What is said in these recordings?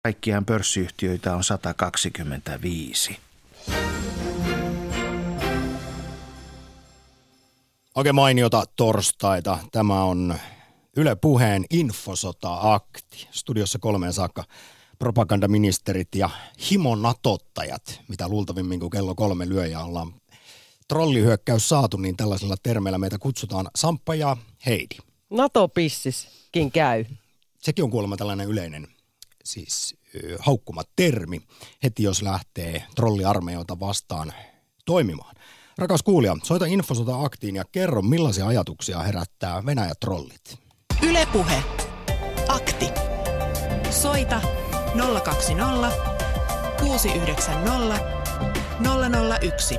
Kaikkiaan pörssiyhtiöitä on 125. Oikein mainiota torstaita. Tämä on Yle Puheen Infosota-akti. Studiossa 3 saakka propagandaministerit ja himonatottajat, mitä luultavimmin kun kello 3 lyö ja ollaan trollihyökkäys saatu, niin tällaisilla termeillä meitä kutsutaan Samppa ja Heidi. NATO-pissiskin käy. Sekin on kuulemma tällainen yleinen siis haukkuma termi, heti jos lähtee trolliarmeijoita vastaan toimimaan. Rakas kuulija, soita Infosota-aktiin ja kerro, millaisia ajatuksia herättää Venäjä-trollit. Yle Puhe. Akti. Soita 020 690 001.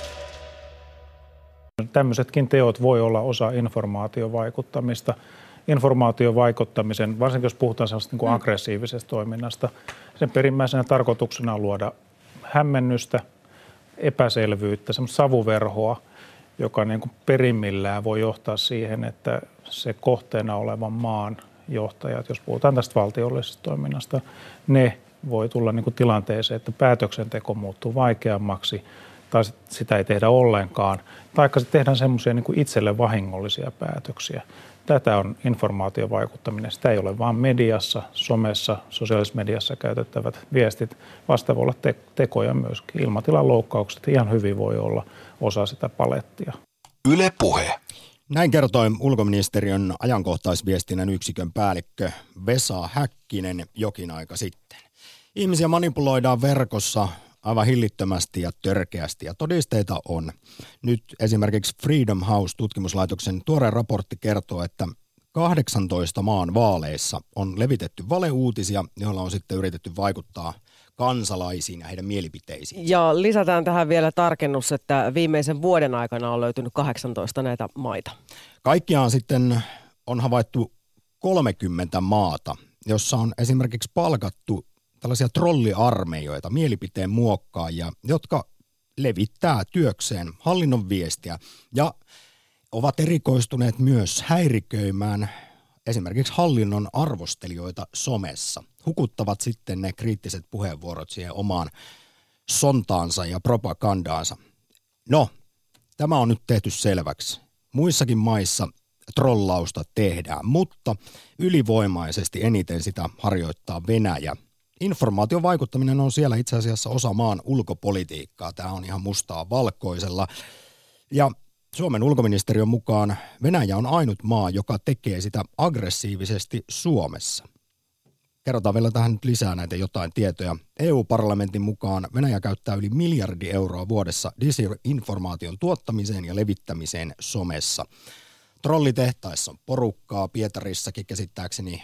Tämmöisetkin teot voi olla osa informaatiovaikuttamista. Informaatiovaikuttamisen, varsinkin jos puhutaan sellaista niin kuin aggressiivisesta toiminnasta, sen perimmäisenä tarkoituksena on luoda hämmennystä, epäselvyyttä, semmoista savuverhoa, joka niin kuin perimmillään voi johtaa siihen, että se kohteena olevan maan johtajat, jos puhutaan tästä valtiollisesta toiminnasta, ne voi tulla niin kuin tilanteeseen, että päätöksenteko muuttuu vaikeammaksi tai sitä ei tehdä ollenkaan, tai se tehdään semmoisia niin kuin itselle vahingollisia päätöksiä. Tätä on informaatiovaikuttaminen. Sitä ei ole vain mediassa, somessa, sosiaalisessa mediassa käytettävät viestit. Vasta voi olla tekoja myöskin. Ilmatilan loukkaukset ihan hyvin voi olla osa sitä palettia. Yle Puhe. Näin kertoi ulkoministeriön ajankohtaisviestinnän yksikön päällikkö Vesa Häkkinen jokin aika sitten. Ihmisiä manipuloidaan verkossa aivan hillittömästi ja törkeästi, ja todisteita on. Nyt esimerkiksi Freedom House-tutkimuslaitoksen tuore raportti kertoo, että 18 maan vaaleissa on levitetty valeuutisia, joilla on sitten yritetty vaikuttaa kansalaisiin ja heidän mielipiteisiin. Ja lisätään tähän vielä tarkennus, että viimeisen vuoden aikana on löytynyt 18 näitä maita. Kaikkiaan sitten on havaittu 30 maata, jossa on esimerkiksi palkattu tällaisia trolliarmeijoita, mielipiteen muokkaajia, jotka levittää työkseen hallinnon viestiä ja ovat erikoistuneet myös häiriköimään esimerkiksi hallinnon arvostelijoita somessa. Hukuttavat sitten ne kriittiset puheenvuorot siihen omaan sontaansa ja propagandaansa. No, tämä on nyt tehty selväksi. Muissakin maissa trollausta tehdään, mutta ylivoimaisesti eniten sitä harjoittaa Venäjä. Informaatiovaikuttaminen on siellä itse asiassa osa maan ulkopolitiikkaa. Tämä on ihan mustaa valkoisella. Ja Suomen ulkoministeriön mukaan Venäjä on ainut maa, joka tekee sitä aggressiivisesti Suomessa. Kerrotaan vielä tähän nyt lisää näitä jotain tietoja. EU-parlamentin mukaan Venäjä käyttää yli 1 miljardi euroa vuodessa disinformaation tuottamiseen ja levittämiseen somessa. Trollitehtaissa on porukkaa, Pietarissakin käsittääkseni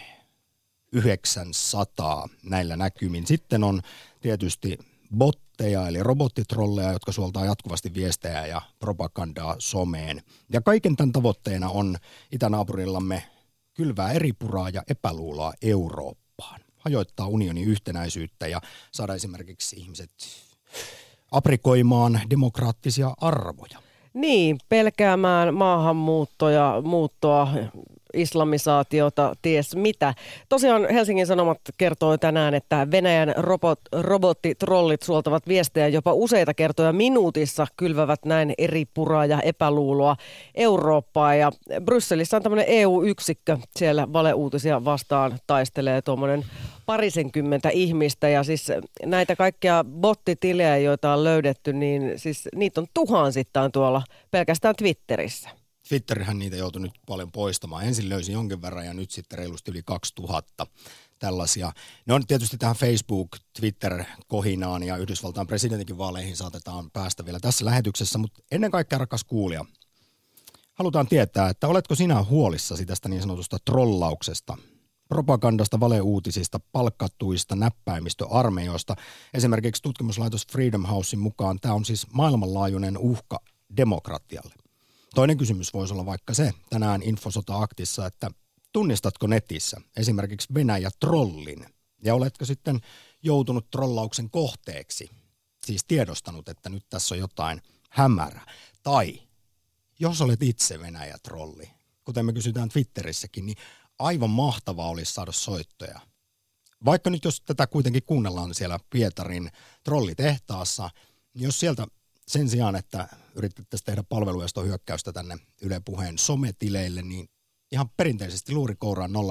900 näillä näkymin. Sitten on tietysti botteja eli robottitrolleja, jotka suoltaa jatkuvasti viestejä ja propagandaa someen. Ja kaiken tämän tavoitteena on itänaapurillamme kylvää eripuraa ja epäluuloa Eurooppaan. Hajoittaa unionin yhtenäisyyttä ja saada esimerkiksi ihmiset aprikoimaan demokraattisia arvoja. Niin, pelkäämään muuttoa, islamisaatiota, ties mitä. Tosiaan Helsingin Sanomat kertoi tänään, että Venäjän robottitrollit suoltavat viestejä jopa useita kertoja minuutissa, kylvävät näin eri puraa ja epäluuloa Eurooppaa. Ja Brysselissä on tämmöinen EU-yksikkö, siellä valeuutisia vastaan taistelee tuommoinen 20 ihmistä. Ja siis näitä kaikkia bottitilejä, joita on löydetty, niin siis niitä on tuhansittain tuolla pelkästään Twitterissä. Twitterhän niitä joutui nyt paljon poistamaan. Ensin löysi jonkin verran ja nyt sitten reilusti yli 2000 tällaisia. Ne on tietysti tähän Facebook, Twitter-kohinaan ja Yhdysvaltain presidentinkin vaaleihin saatetaan päästä vielä tässä lähetyksessä, mutta ennen kaikkea rakas kuulija, halutaan tietää, että oletko sinä huolissasi tästä niin sanotusta trollauksesta, propagandasta, valeuutisista, palkkatuista, näppäimistöarmeijoista. Esimerkiksi tutkimuslaitos Freedom Housein mukaan tämä on siis maailmanlaajuinen uhka demokratialle. Toinen kysymys voisi olla vaikka se tänään Infosota-aktissa, että tunnistatko netissä esimerkiksi Venäjä-trollin ja oletko sitten joutunut trollauksen kohteeksi, siis tiedostanut, että nyt tässä on jotain hämärää. Tai jos olet itse Venäjä-trolli, kuten me kysytään Twitterissäkin, niin aivan mahtavaa olisi saada soittoja vaikka nyt jos tätä kuitenkin kuunnellaan siellä Pietarin trollitehtaassa, niin jos sieltä sen sijaan, että yritettäisiin tehdä palveluestohyökkäystä tänne Yle Puheen sometileille, niin ihan perinteisesti luurikouraan 020690001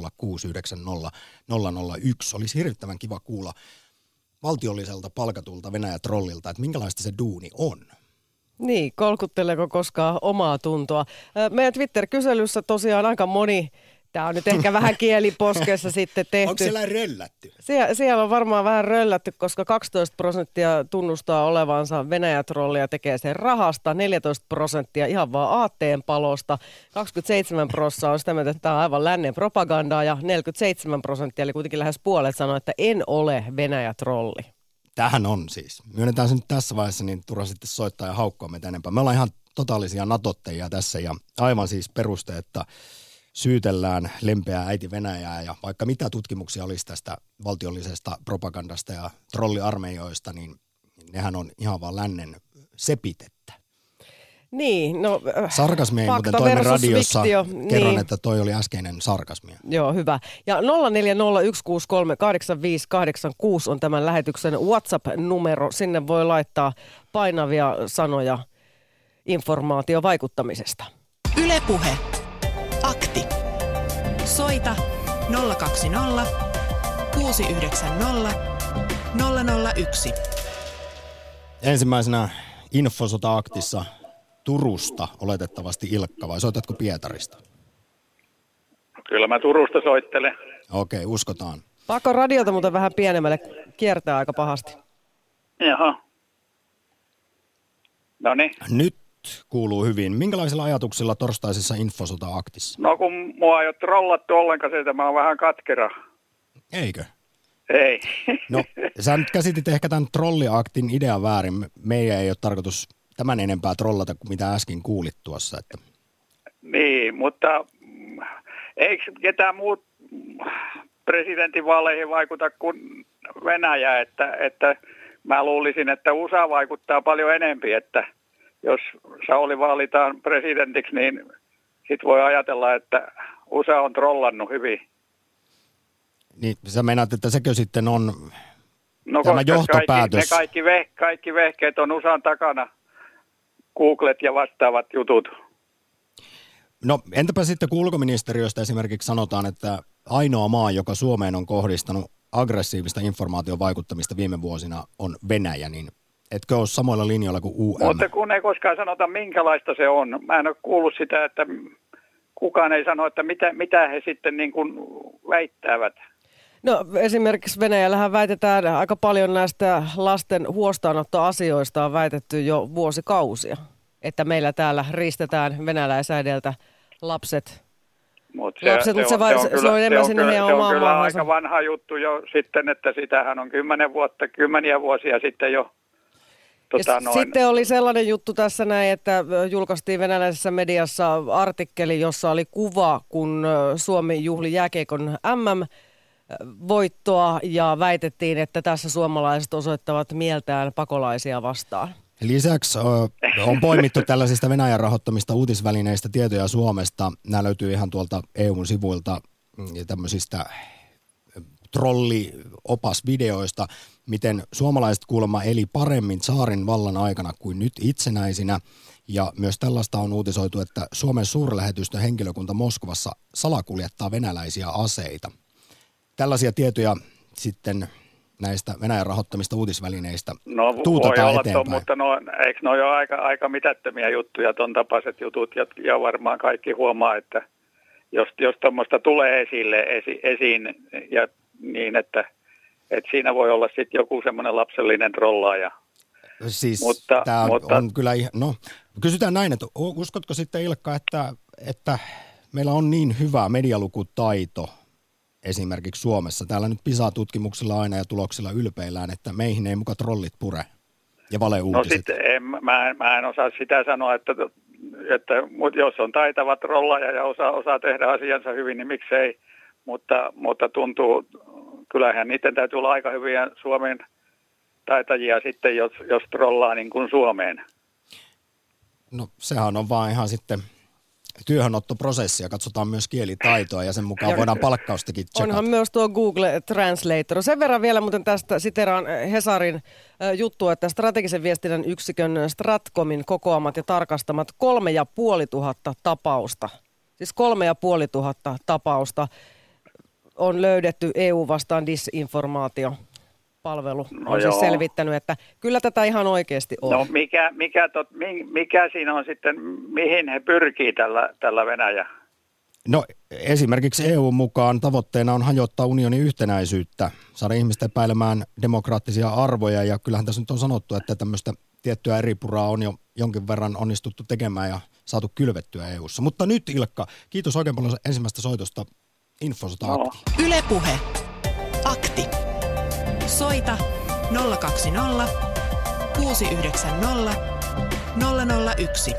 olisi hirvittävän kiva kuulla valtiolliselta palkatulta Venäjä-trollilta, että minkälaista se duuni on. Niin, kolkutteleeko koskaan omaa tuntoa? Meidän Twitter-kyselyssä tosiaan aika moni, tämä on nyt ehkä vähän kieliposkessa sitten tehty. Onko siellä röllätty? Siellä on varmaan vähän röllätty, koska 12% tunnustaa olevansa Venäjä-trollia ja tekee sen rahasta, 14% ihan vaan aatteen palosta, 27% on sitä mieltä, että tämä on aivan lännen propagandaa ja 47%, eli kuitenkin lähes puolet sanoo, että en ole Venäjä-trolli. Tämähän on siis. Myönnetään se nyt tässä vaiheessa, niin turha sitten soittaa ja haukkoa meitä enempää. Me ollaan ihan totaalisia natottajia tässä ja aivan siis peruste, että syytellään lempeää äiti Venäjää ja vaikka mitä tutkimuksia olisi tästä valtiollisesta propagandasta ja trolliarmeijoista, niin nehän on ihan vaan lännen sepitettä. Niin, no sarkasmia ei muuten toimi radiossa. Kerron, niin. Että toi oli äskeinen sarkasmia. Joo, hyvä. Ja 0401638586 on tämän lähetyksen WhatsApp-numero. Sinne voi laittaa painavia sanoja informaatiovaikuttamisesta. Yle Puhe. Akti. Soita 020 690 001. Ensimmäisenä Infosota-aktissa Turusta oletettavasti Ilkka, vai soitatko Pietarista? Kyllä mä Turusta soittelen. Okei, uskotaan. Pakko radiota muuten vähän pienemmälle, kiertää aika pahasti. Jaha. Noniin. Nyt kuuluu hyvin. Minkälaisilla ajatuksilla torstaisessa Infosota-aktissa? No kun mua ei ole trollattu ollenkaan sieltä, mä oon vähän katkera. Eikö? Ei. No, sä nyt käsitit ehkä tämän trolliaktin idean väärin. Meidän ei ole tarkoitus tämän enempää trollata kuin mitä äsken kuulit tuossa. Että... Niin, mutta eikö ketään muut presidentinvaaleihin vaikuta kuin Venäjä, että mä luulisin, että USA vaikuttaa paljon enempi, että jos Sauli vaalitaan presidentiksi, niin sit voi ajatella, että USA on trollannut hyvin. Niin, sä meinaat, että sekö sitten on no, tämä johtopäätös? Kaikki vehkeet on USAn takana, Googlet ja vastaavat jutut. No entäpä sitten kun ulkoministeriöstä esimerkiksi sanotaan, että ainoa maa, joka Suomeen on kohdistanut aggressiivista informaatiovaikuttamista viime vuosina on Venäjä, niin etkö ole samoilla linjoilla kuin UM? Mutta kun ei koskaan sanota, minkälaista se on. Mä en ole kuullut sitä, että kukaan ei sano, että mitä he sitten niin kuin väittävät. No esimerkiksi Venäjällähän väitetään aika paljon näistä lasten huostaanottoasioista on väitetty jo vuosikausia. Että meillä täällä riistetään venäläisäideltä lapset. Mutta se on enemmän sinne heidän omaan maahansa. Se on kyllä aika vanha juttu jo sitten, että sitähän on kymmeniä vuosia sitten jo. Sitten oli sellainen juttu tässä näin, että julkaistiin venäläisessä mediassa artikkeli, jossa oli kuva, kun Suomi juhli jääkiekon MM-voittoa ja väitettiin, että tässä suomalaiset osoittavat mieltään pakolaisia vastaan. Lisäksi on poimittu tällaisista Venäjän rahoittamista uutisvälineistä tietoja Suomesta. Nämä löytyy ihan tuolta EUn sivuilta ja tämmöisistä trolliopasvideoista, miten suomalaiset kuulemma eli paremmin tsaarin vallan aikana kuin nyt itsenäisinä. Ja myös tällaista on uutisoitu, että Suomen suurlähetystön henkilökunta Moskovassa salakuljettaa venäläisiä aseita. Tällaisia tietoja sitten näistä Venäjän rahoittamista uutisvälineistä tuutataan eteenpäin. Mutta eikö ne ole aika mitättömiä juttuja, ton tapaiset jutut, ja varmaan kaikki huomaa, että jos tuommoista tulee esiin ja niin, että siinä voi olla sitten joku semmoinen lapsellinen trollaaja. Siis tämä on kyllä no kysytään näin, että uskotko sitten Ilkka, että meillä on niin hyvä medialukutaito esimerkiksi Suomessa. Täällä nyt PISA-tutkimuksilla aina ja tuloksilla ylpeillään, että meihin ei muka trollit pure ja valeuutiset. No sitten mä en osaa sitä sanoa, että jos on taitava trollaaja ja osaa tehdä asiansa hyvin, niin miksei. Mutta tuntuu, kyllähän niiden täytyy olla aika hyviä Suomen taitajia sitten, jos trollaa niin kuin Suomeen. No sehän on vaan ihan sitten työhönottoprosessia, katsotaan myös kielitaitoa ja sen mukaan voidaan palkkaustakin tsekata. Onhan myös tuo Google Translator. Sen verran vielä muuten tästä siteraan Hesarin juttua, että strategisen viestinnän yksikön Stratcomin kokoamat ja tarkastamat 3500 tapausta. Siis 3500 tapausta on löydetty EU vastaan disinformaatiopalvelu on siis selvittänyt, että kyllä tätä ihan oikeasti on. No mikä siinä on sitten, mihin he pyrkii tällä Venäjä? No esimerkiksi EU mukaan tavoitteena on hajottaa unionin yhtenäisyyttä, saada ihmistä epäilemään demokraattisia arvoja ja kyllähän tässä nyt on sanottu, että tämmöistä tiettyä eripuraa on jo jonkin verran onnistuttu tekemään ja saatu kylvettyä EU:ssa. Mutta nyt Ilkka, kiitos oikein paljon ensimmäistä soitosta Infosota-akti. Yle Puhe. Akti. Soita 020 690 001.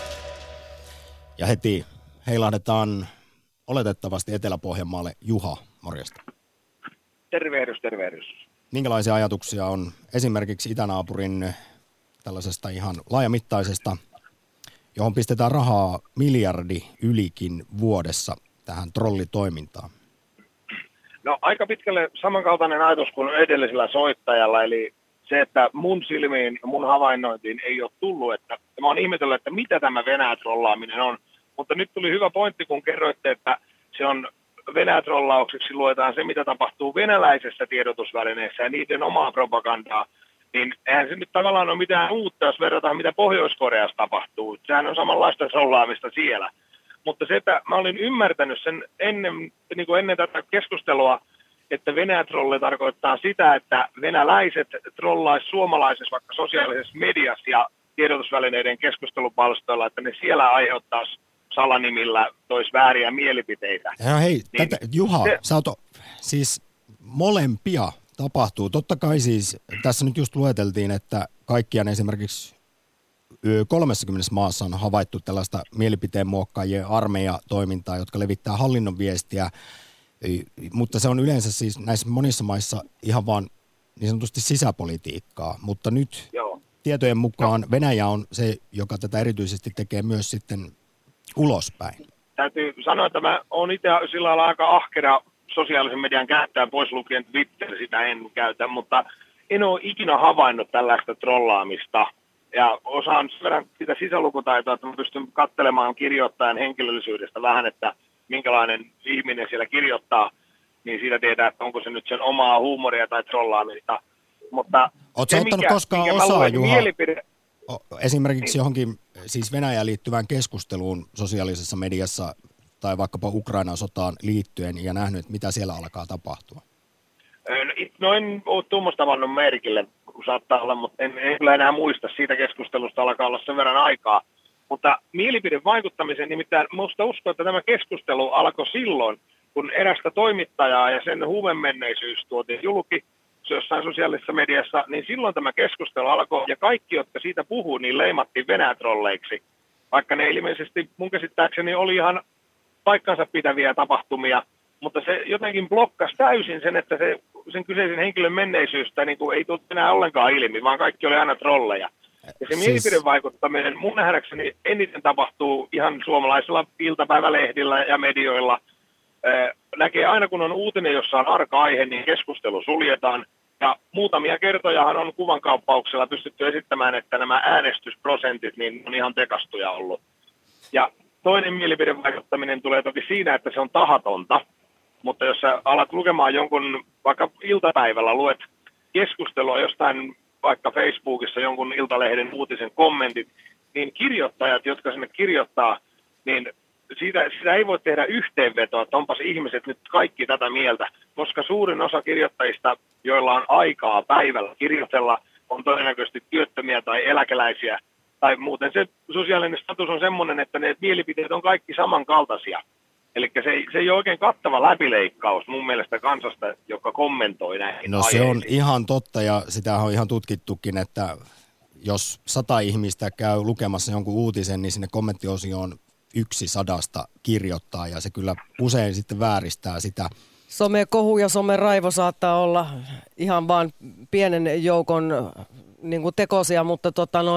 Ja heti heilahdetaan oletettavasti Etelä-Pohjanmaalle. Juha, morjesta. Tervehdys. Minkälaisia ajatuksia on esimerkiksi itänaapurin tällaisesta ihan laajamittaisesta, johon pistetään rahaa miljardi ylikin vuodessa tähän trollitoimintaan? No aika pitkälle samankaltainen ajatus kuin edellisellä soittajalla, eli se, että mun silmiin ja mun havainnointiin ei ole tullut, että mä oon ihmetellyt, että mitä tämä Venäjä-trollaaminen on, mutta nyt tuli hyvä pointti, kun kerroitte, että se on Venäjä-trollaukseksi luetaan se, mitä tapahtuu venäläisessä tiedotusvälineessä ja niiden omaa propagandaa, niin eihän se nyt tavallaan ole mitään uutta, jos verrataan, mitä Pohjois-Koreassa tapahtuu. Sehän on samanlaista trollaamista siellä. Mutta se, että mä olin ymmärtänyt sen ennen tätä keskustelua, että Venäjä-trolli tarkoittaa sitä, että venäläiset trollaisivat suomalaisessa vaikka sosiaalisessa mediassa ja tiedotusvälineiden keskustelupalstoilla, että ne siellä aiheuttaisi salanimillä tois vääriä mielipiteitä. Ja hei, Juha, siis molempia tapahtuu. Totta kai siis tässä nyt just lueteltiin, että kaikkiaan esimerkiksi 30 maassa on havaittu tällaista mielipiteen muokkaajien armeijatoimintaa, jotka levittää hallinnon viestiä, mutta se on yleensä siis näissä monissa maissa ihan vaan niin sanotusti sisäpolitiikkaa, mutta nyt tietojen mukaan Venäjä on se, joka tätä erityisesti tekee myös sitten ulospäin. Täytyy sanoa, että mä oon itse sillä lailla aika ahkera sosiaalisen median käyttäjä, pois lukien Twitter, sitä en käytä, mutta en ole ikinä havainnut tällaista trollaamista. Ja osaan sen verran sitä sisälukutaitoa, että mä pystyn katselemaan kirjoittajan henkilöllisyydestä vähän, että minkälainen ihminen siellä kirjoittaa, niin siitä tietää, että onko se nyt sen omaa huumoria tai trollaamista. Mutta ootko ottanut koskaan osaa, Juha, esimerkiksi johonkin siis Venäjään liittyvään keskusteluun sosiaalisessa mediassa tai vaikkapa Ukrainan sotaan liittyen ja nähnyt, mitä siellä alkaa tapahtua? No en ole tuommoista tavannut merkille, saattaa olla, mutta en kyllä enää muista. Siitä keskustelusta alkaa olla sen verran aikaa. Mutta mielipidevaikuttamisen nimittäin minusta uskon, että tämä keskustelu alkoi silloin, kun erästä toimittajaa ja sen huumemenneisyys tuotiin julki jossain sosiaalisessa mediassa, niin silloin tämä keskustelu alkoi ja kaikki, jotka siitä puhuu, niin leimattiin Venäjä-trolleiksi. Vaikka ne ilmeisesti mun käsittääkseni oli ihan paikkansa pitäviä tapahtumia, mutta se jotenkin blokkasi täysin sen, että sen kyseisen henkilön menneisyystä niin kuin ei tullut enää ollenkaan ilmi, vaan kaikki oli aina trolleja. Ja se mielipidevaikuttaminen mun nähdäkseni eniten tapahtuu ihan suomalaisilla iltapäivälehdillä ja medioilla. Näkee aina, kun on uutinen, jossa on arka aihe, niin keskustelu suljetaan. Ja muutamia kertojahan on kuvankauppauksella pystytty esittämään, että nämä äänestysprosentit niin on ihan tekastuja ollut. Ja toinen mielipidevaikuttaminen tulee toki siinä, että se on tahatonta. Mutta jos sä alat lukemaan jonkun, vaikka iltapäivällä luet keskustelua jostain, vaikka Facebookissa jonkun iltalehden uutisen kommentit, niin kirjoittajat, jotka sinne kirjoittaa, niin siitä ei voi tehdä yhteenvetoa, että onpas ihmiset nyt kaikki tätä mieltä, koska suurin osa kirjoittajista, joilla on aikaa päivällä kirjoitella, on todennäköisesti työttömiä tai eläkeläisiä, tai muuten se sosiaalinen status on semmoinen, että ne mielipiteet on kaikki samankaltaisia. Eli se ei ole oikein kattava läpileikkaus mun mielestä kansasta, joka kommentoi näihin No se on ihan totta ja sitä on ihan tutkittukin, että jos 100 ihmistä käy lukemassa jonkun uutisen, niin sinne kommenttiosioon 100 kirjoittaa ja se kyllä usein sitten vääristää sitä. Somekohu ja someraivo saattaa olla ihan vaan pienen joukon niin kuin tekosia, mutta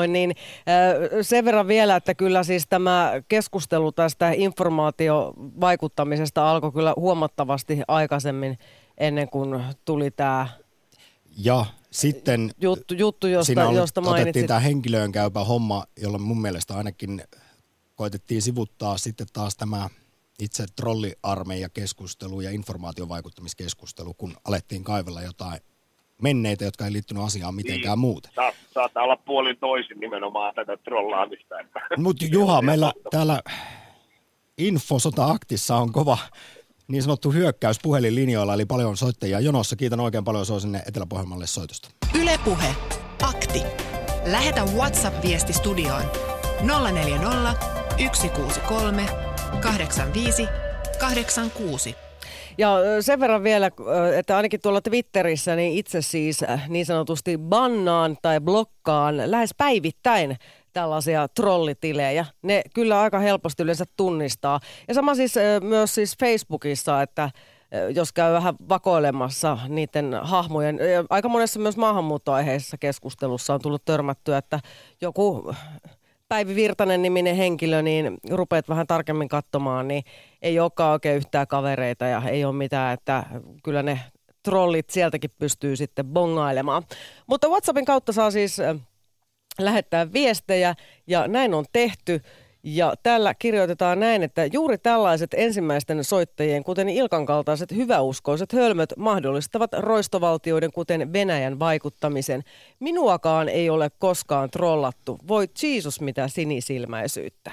sen verran vielä, että kyllä siis tämä keskustelu tästä informaatiovaikuttamisesta alkoi kyllä huomattavasti aikaisemmin ennen kuin tuli tämä ja sitten juttu josta mainitsit. Otettiin tämä henkilöön käypä homma, jolla mun mielestä ainakin koitettiin sivuttaa sitten taas tämä itse trolliarmeija-keskustelu ja informaatiovaikuttamiskeskustelu, kun alettiin kaivella jotain menneitä, jotka ei liittynyt asiaan mitenkään muuten. Saattaa olla puolin toisin nimenomaan tätä trollaamista. Mutta Juha, meillä täällä Infosota-aktissa on kova niin sanottu hyökkäys puhelinlinjoilla, eli paljon soittajia jonossa. Kiitän oikein paljon, se on sinne Etelä-Pohjanmaalle soitosta. Yle Puhe. Akti. Lähetä WhatsApp-viesti studioon 040 163 85 86. Ja sen verran vielä, että ainakin tuolla Twitterissä niin itse siis niin sanotusti bannaan tai blokkaan lähes päivittäin tällaisia trollitilejä. Ne kyllä aika helposti yleensä tunnistaa. Ja sama siis myös siis Facebookissa, että jos käy vähän vakoilemassa niiden hahmojen, aika monessa myös maahanmuuttoaiheisessa keskustelussa on tullut törmättyä, että joku Päivi Virtanen niminen henkilö, niin rupeat vähän tarkemmin katsomaan, niin ei olekaan oikein yhtään kavereita ja ei ole mitään, että kyllä ne trollit sieltäkin pystyy sitten bongailemaan. Mutta WhatsAppin kautta saa siis lähettää viestejä ja näin on tehty. Ja täällä kirjoitetaan näin, että juuri tällaiset ensimmäisten soittajien, kuten Ilkan kaltaiset hyväuskoiset hölmöt, mahdollistavat roistovaltioiden, kuten Venäjän, vaikuttamisen. Minuakaan ei ole koskaan trollattu. Voi Jeesus mitä sinisilmäisyyttä.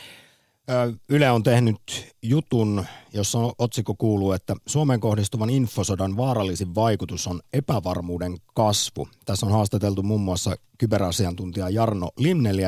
Yle on tehnyt jutun, jossa otsikko kuuluu, että Suomeen kohdistuvan infosodan vaarallisin vaikutus on epävarmuuden kasvu. Tässä on haastateltu muun muassa kyberasiantuntija Jarno Limneliä,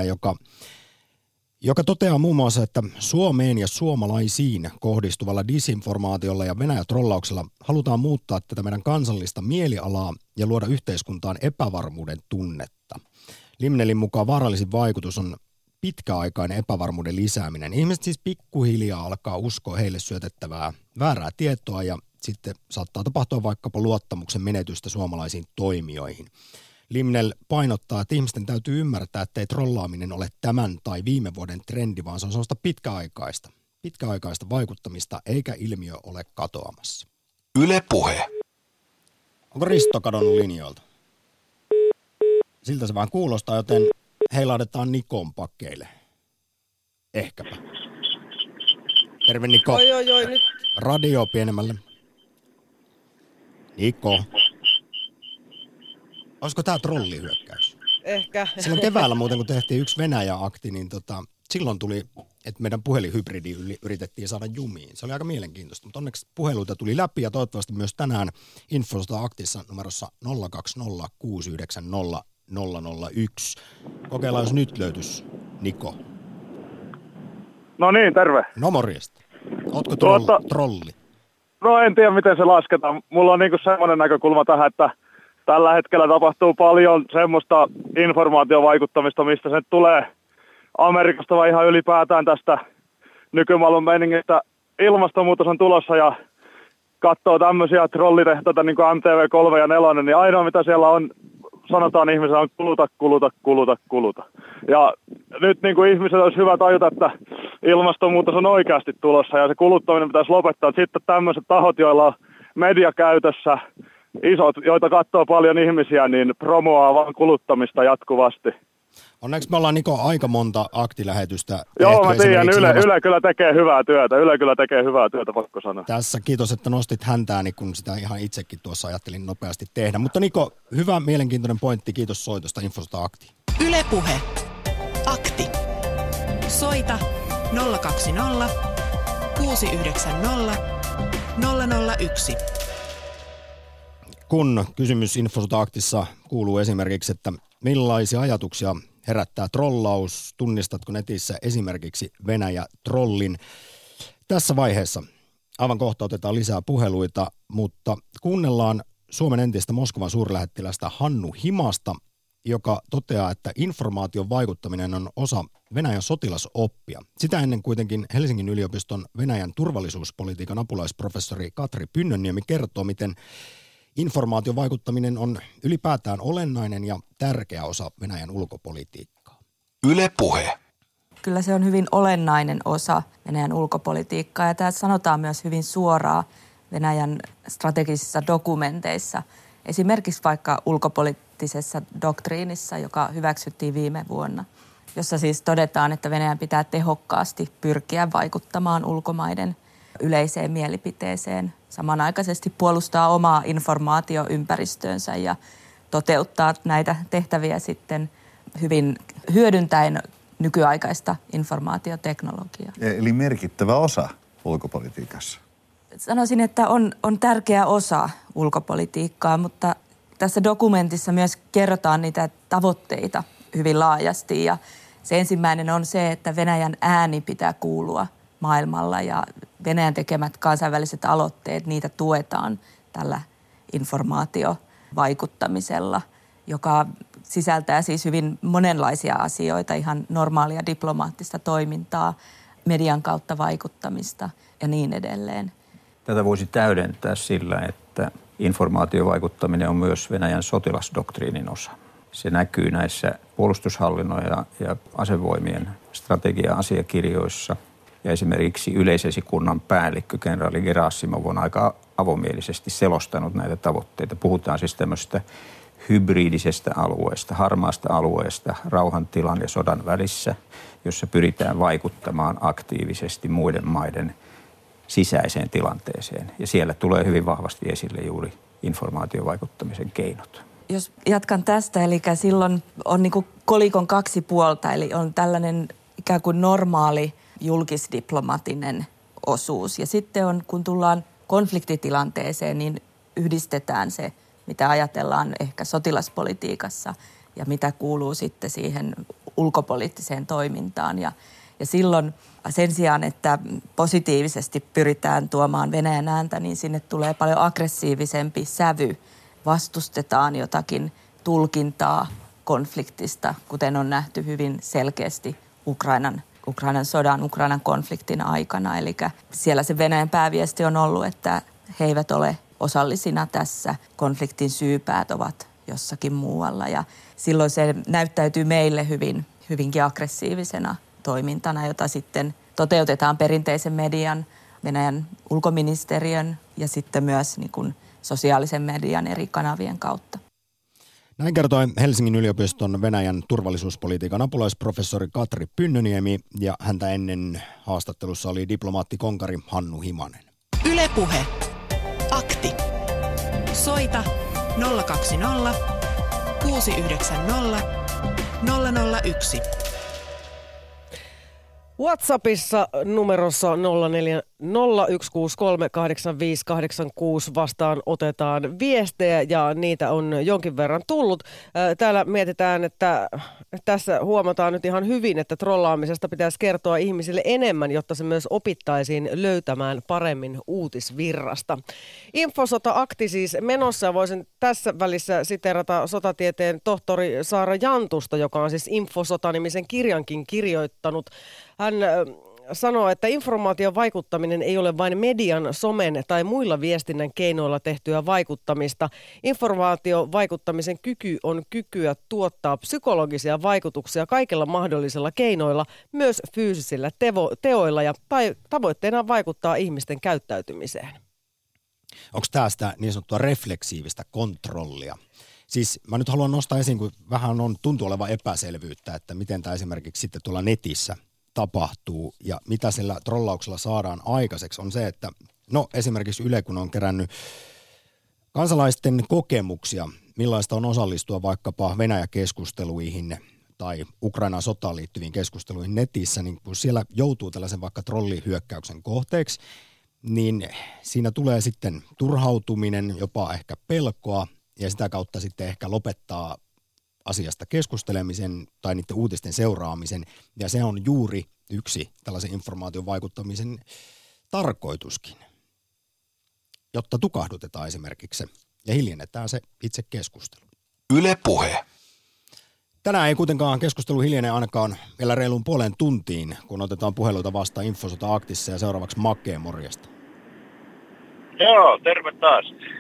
joka toteaa muun muassa, että Suomeen ja suomalaisiin kohdistuvalla disinformaatiolla ja Venäjä-trollauksella halutaan muuttaa tätä meidän kansallista mielialaa ja luoda yhteiskuntaan epävarmuuden tunnetta. Limnelin mukaan vaarallisin vaikutus on pitkäaikainen epävarmuuden lisääminen. Ihmiset siis pikkuhiljaa alkaa uskoa heille syötettävää väärää tietoa ja sitten saattaa tapahtua vaikkapa luottamuksen menetystä suomalaisiin toimijoihin. Limnel painottaa, että ihmisten täytyy ymmärtää, että ei trollaaminen ole tämän tai viime vuoden trendi, vaan se on sellaista pitkäaikaista vaikuttamista, eikä ilmiö ole katoamassa. Yle Puhe. Onko Risto kadonnut linjoilta? Siltä se vaan kuulostaa, joten heilahdetaan Nikon pakkeille. Ehkäpä. Terve Niko. Oi, nyt. Radio pienemmälle. Niko. Olisiko tämä trollihyökkäys? Ehkä. Silloin keväällä muuten, kun tehtiin yksi Venäjä-akti, niin silloin tuli, että meidän puhelinhybridi yritettiin saada jumiin. Se oli aika mielenkiintoista, mutta onneksi puheluita tuli läpi ja toivottavasti myös tänään Infosota-aktissa numerossa 020690001. Kokeillaan, jos nyt löytyisi Niko. No niin, terve. No morjesta. Ootko trolli? No en tiedä, miten se lasketaan. Mulla on niinku semmoinen näkökulma tähän, että tällä hetkellä tapahtuu paljon semmoista informaatiovaikuttamista, mistä se tulee Amerikasta vai ihan ylipäätään tästä nykymaailman meiningistä. Ilmastonmuutos on tulossa ja katsoo tämmöisiä trollitehtaita niin kuin MTV3 ja 4, niin ainoa mitä siellä on, sanotaan ihmisellä on kuluta. Ja nyt niin kuin ihmiset olisi hyvä tajuta, että ilmastonmuutos on oikeasti tulossa ja se kuluttaminen pitäisi lopettaa. Sitten tämmöiset tahot, joilla on media käytössä, isot, joita katsoo paljon ihmisiä, niin promoaa vaan kuluttamista jatkuvasti. Onneksi me ollaan Niko aika monta aktilähetystä. Joo, mä tiedän. Yle kyllä tekee hyvää työtä, pakko sanoa. Tässä kiitos, että nostit häntääni, kun sitä ihan itsekin tuossa ajattelin nopeasti tehdä. Mutta Niko, hyvä mielenkiintoinen pointti. Kiitos soitosta Infosota Akti. Yle Puhe. Akti. Soita 020 690 001. Kun kysymys Infosota-aktissa kuuluu esimerkiksi, että millaisia ajatuksia herättää trollaus, tunnistatko netissä esimerkiksi Venäjä-trollin? Tässä vaiheessa aivan kohta otetaan lisää puheluita, mutta kuunnellaan Suomen entistä Moskovan suurlähettilästä Hannu Himasta, joka toteaa, että informaation vaikuttaminen on osa Venäjän sotilasoppia. Sitä ennen kuitenkin Helsingin yliopiston Venäjän turvallisuuspolitiikan apulaisprofessori Katri Pynnönniemi kertoo, miten informaatiovaikuttaminen on ylipäätään olennainen ja tärkeä osa Venäjän ulkopolitiikkaa. Yle Puhe. Kyllä se on hyvin olennainen osa Venäjän ulkopolitiikkaa ja tämä sanotaan myös hyvin suoraan Venäjän strategisissa dokumenteissa. Esimerkiksi vaikka ulkopoliittisessa doktriinissa, joka hyväksyttiin viime vuonna, jossa siis todetaan, että Venäjän pitää tehokkaasti pyrkiä vaikuttamaan ulkomaiden yleiseen mielipiteeseen, samanaikaisesti puolustaa omaa informaatioympäristöönsä ja toteuttaa näitä tehtäviä sitten hyvin hyödyntäen nykyaikaista informaatioteknologiaa. Eli merkittävä osa ulkopolitiikassa. Sanoisin, että on tärkeä osa ulkopolitiikkaa, mutta tässä dokumentissa myös kerrotaan niitä tavoitteita hyvin laajasti. Ja se ensimmäinen on se, että Venäjän ääni pitää kuulua maailmalla ja Venäjän tekemät kansainväliset aloitteet, niitä tuetaan tällä informaatiovaikuttamisella, joka sisältää siis hyvin monenlaisia asioita, ihan normaalia diplomaattista toimintaa, median kautta vaikuttamista ja niin edelleen. Tätä voisi täydentää sillä, että informaatiovaikuttaminen on myös Venäjän sotilasdoktriinin osa. Se näkyy näissä puolustushallinnon ja asevoimien strategia-asiakirjoissa. Ja esimerkiksi yleisesikunnan päällikkö, kenraali Gerasimov, on aika avomielisesti selostanut näitä tavoitteita. Puhutaan siis tämmöistä hybridisestä alueesta, harmaasta alueesta rauhantilan ja sodan välissä, jossa pyritään vaikuttamaan aktiivisesti muiden maiden sisäiseen tilanteeseen. Ja siellä tulee hyvin vahvasti esille juuri informaatiovaikuttamisen keinot. Jos jatkan tästä, eli silloin on niin kuin kolikon kaksi puolta, eli on tällainen ikään kuin normaali julkisdiplomatinen osuus. Ja sitten on, kun tullaan konfliktitilanteeseen, niin yhdistetään se, mitä ajatellaan ehkä sotilaspolitiikassa ja mitä kuuluu sitten siihen ulkopoliittiseen toimintaan. Ja silloin sen sijaan, että positiivisesti pyritään tuomaan Venäjän ääntä, niin sinne tulee paljon aggressiivisempi sävy. Vastustetaan jotakin tulkintaa konfliktista, kuten on nähty hyvin selkeästi Ukrainan sodan, Ukrainan konfliktin aikana. Eli siellä se Venäjän pääviesti on ollut, että he eivät ole osallisina tässä. Konfliktin syypäät ovat jossakin muualla ja silloin se näyttäytyy meille hyvinkin aggressiivisena toimintana, jota sitten toteutetaan perinteisen median, Venäjän ulkoministeriön ja sitten myös niin kuin sosiaalisen median eri kanavien kautta. Näin kertoi Helsingin yliopiston Venäjän turvallisuuspolitiikan apulaisprofessori Katri Pynnöniemi ja häntä ennen haastattelussa oli diplomaatti-konkari Hannu Himanen. Yle Puhe. Akti. Soita 020 690 001. WhatsAppissa numerossa 0401638586 vastaan otetaan viestejä ja niitä on jonkin verran tullut. Täällä mietitään, että tässä huomataan nyt ihan hyvin, että trollaamisesta pitäisi kertoa ihmisille enemmän, jotta se myös opittaisiin löytämään paremmin uutisvirrasta. Infosota-akti siis menossa. Voisin tässä välissä siteerata sotatieteen tohtori Saara Jantusta, joka on siis Infosota-nimisen kirjankin kirjoittanut. Hän sanoo, että informaation vaikuttaminen ei ole vain median, somen tai muilla viestinnän keinoilla tehtyä vaikuttamista. Informaatiovaikuttamisen kyky on kykyä tuottaa psykologisia vaikutuksia kaikilla mahdollisilla keinoilla, myös fyysisillä teoilla ja tavoitteena vaikuttaa ihmisten käyttäytymiseen. Onko tämä sitä niin sanottua refleksiivistä kontrollia? Siis mä nyt haluan nostaa esiin, kun vähän tuntuu olevan epäselvyyttä, että miten tämä esimerkiksi sitten tuolla netissä tapahtuu ja mitä sillä trollauksella saadaan aikaiseksi on se, että esimerkiksi Yle kun on kerännyt kansalaisten kokemuksia, millaista on osallistua vaikkapa Venäjä-keskusteluihin tai Ukrainan sotaan liittyviin keskusteluihin netissä, niin kun siellä joutuu tällaisen vaikka trollihyökkäyksen kohteeksi, niin siinä tulee sitten turhautuminen, jopa ehkä pelkoa ja sitä kautta sitten ehkä lopettaa asiasta keskustelemisen tai niiden uutisten seuraamisen, ja se on juuri yksi tällaisen informaation vaikuttamisen tarkoituskin, jotta tukahdutetaan esimerkiksi se ja hiljennetään se itse keskustelu. Yle Puhe. Tänään ei kuitenkaan keskustelu hiljene ainakaan vielä reiluun puoleen tuntiin, kun otetaan puheluita vastaan Infosota-aktissa ja seuraavaksi Make, morjesta. Joo, terve taas.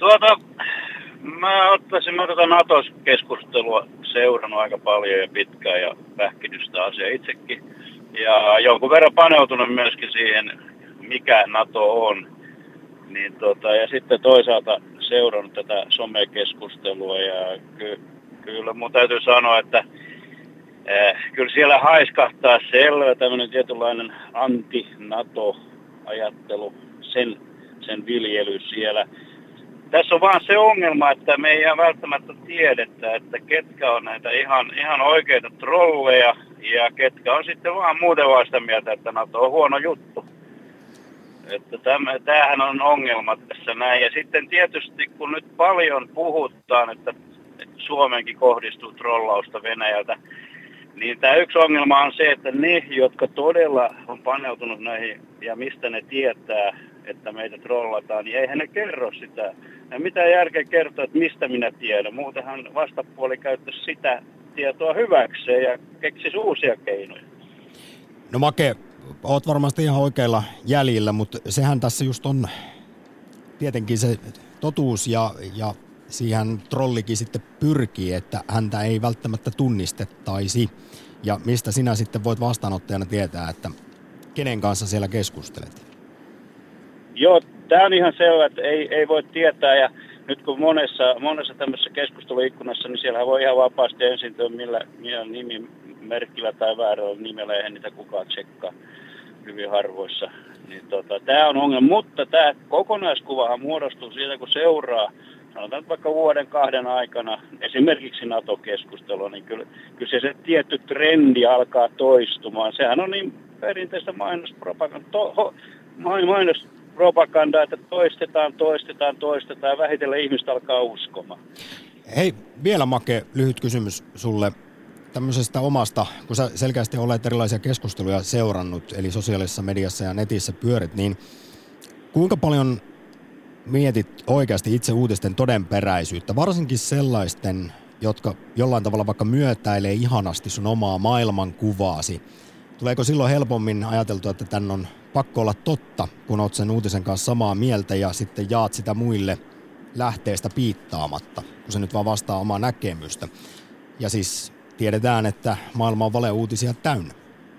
Mä tätä NATO-keskustelua seurannut aika paljon ja pitkään ja pähkinyt sitä asiaa itsekin. Ja jonkun verran paneutunut myöskin siihen, mikä NATO on. Niin ja sitten toisaalta seurannut tätä somekeskustelua ja kyllä mun täytyy sanoa, että kyllä siellä haiskahtaa selvä tämmöinen tietynlainen anti-NATO-ajattelu, sen viljely siellä. Tässä on vaan se ongelma, että me ei ihan välttämättä tiedetä, että ketkä on näitä ihan oikeita trolleja ja ketkä on sitten vaan muuten vaan sitä mieltä, että NATO on huono juttu. Että tämähän on ongelma tässä näin. Ja sitten tietysti kun nyt paljon puhutaan, että Suomeenkin kohdistuu trollausta Venäjältä, niin tämä yksi ongelma on se, että ne, jotka todella on paneutunut näihin ja mistä ne tietää, että meitä trollataan, niin eihän ne kerro sitä. Ja mitä järkeä kertoa, että mistä minä tiedän. Muutenhan vastapuoli käyttäisi sitä tietoa hyväkseen ja keksisi uusia keinoja. No Make, oot varmasti ihan oikeilla jäljillä, mutta sehän tässä just on tietenkin se totuus ja siihen trollikin sitten pyrkii, että häntä ei välttämättä tunnistettaisi. Ja mistä sinä sitten voit vastaanottajana tietää, että kenen kanssa siellä keskustelet? Joo, tämä on ihan selvä, että ei voi tietää. Ja nyt kun monessa tämmöisessä keskusteluikkunassa, niin siellä voi ihan vapaasti esiintyä millä nimimerkillä tai väärällä nimellä, eihän niitä kukaan tsekkaa hyvin harvoissa. Niin tämä on ongelma, mutta tämä kokonaiskuvahan muodostuu siitä, kun seuraa, sanotaan vaikka vuoden 2 aikana, esimerkiksi NATO-keskustelua, niin kyllä se tietty trendi alkaa toistumaan. Sehän on niin perinteistä mainospropaganda, että toistetaan ja vähitellen ihmiset alkaa uskomaan. Hei, vielä Make, lyhyt kysymys sulle tämmöisestä omasta, kun sä selkeästi olet erilaisia keskusteluja seurannut, eli sosiaalisessa mediassa ja netissä pyörit, niin kuinka paljon mietit oikeasti itse uutisten todenperäisyyttä, varsinkin sellaisten, jotka jollain tavalla vaikka myötäilee ihanasti sun omaa maailmankuvaasi? Tuleeko silloin helpommin ajateltua, että tän on pakko olla totta, kun oot sen uutisen kanssa samaa mieltä ja sitten jaat sitä muille lähteestä piittaamatta, kun se nyt vaan vastaa omaa näkemystä. Ja siis tiedetään, että maailma on valeuutisia täynnä.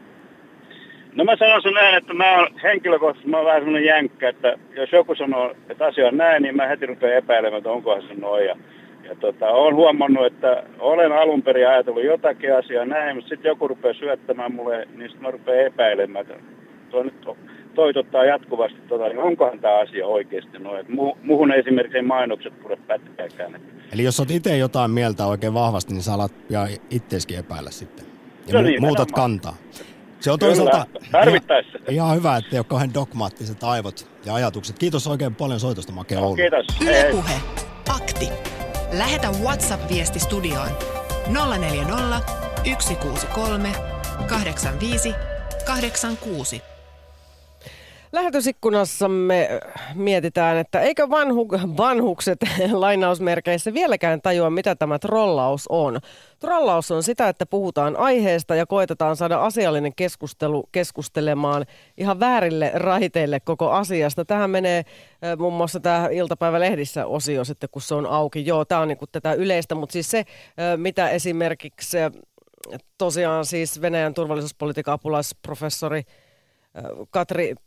No mä sanoisin näin, että mä oon henkilökohtaisesti vähän semmoinen jänkkä, että jos joku sanoo, että asia on näin, niin mä heti rupean epäilemään, että onkohan se noin. Ja oon huomannut, että olen alun perin ajatellut jotakin asiaa näin, mutta sitten joku rupeaa syöttämään mulle, niin sitten mä rupean epäilemään, että nyt toitottaa jatkuvasti, niin onkohan tämä asia oikeasti noin. Muuhun esimerkiksi ei mainokset pure pätkääkään. Eli jos olet itse jotain mieltä oikein vahvasti, niin sä alat pian itseeskin epäillä sitten. Ja no niin, muutat kantaa. Se on toisaalta ihan hyvä, että ei ole kauhean dogmaattiset aivot ja ajatukset. Kiitos oikein paljon soitosta, Make Oulu. Kiitos. Yle Puhe. Akti. Lähetä WhatsApp-viesti studioon 040 163 85 86. Lähetysikkunassamme mietitään, että eikö vanhukset lainausmerkeissä vieläkään tajua, mitä tämä trollaus on. Trollaus on sitä, että puhutaan aiheesta ja koetetaan saada asiallinen keskustelu keskustelemaan ihan väärille raiteille koko asiasta. Tähän menee muun muassa tämä iltapäivälehdissä osio sitten, kun se on auki. Joo, tämä on niin kuin tätä yleistä, mutta siis se, mitä esimerkiksi tosiaan siis Venäjän turvallisuuspolitiikan apulaisprofessori Katri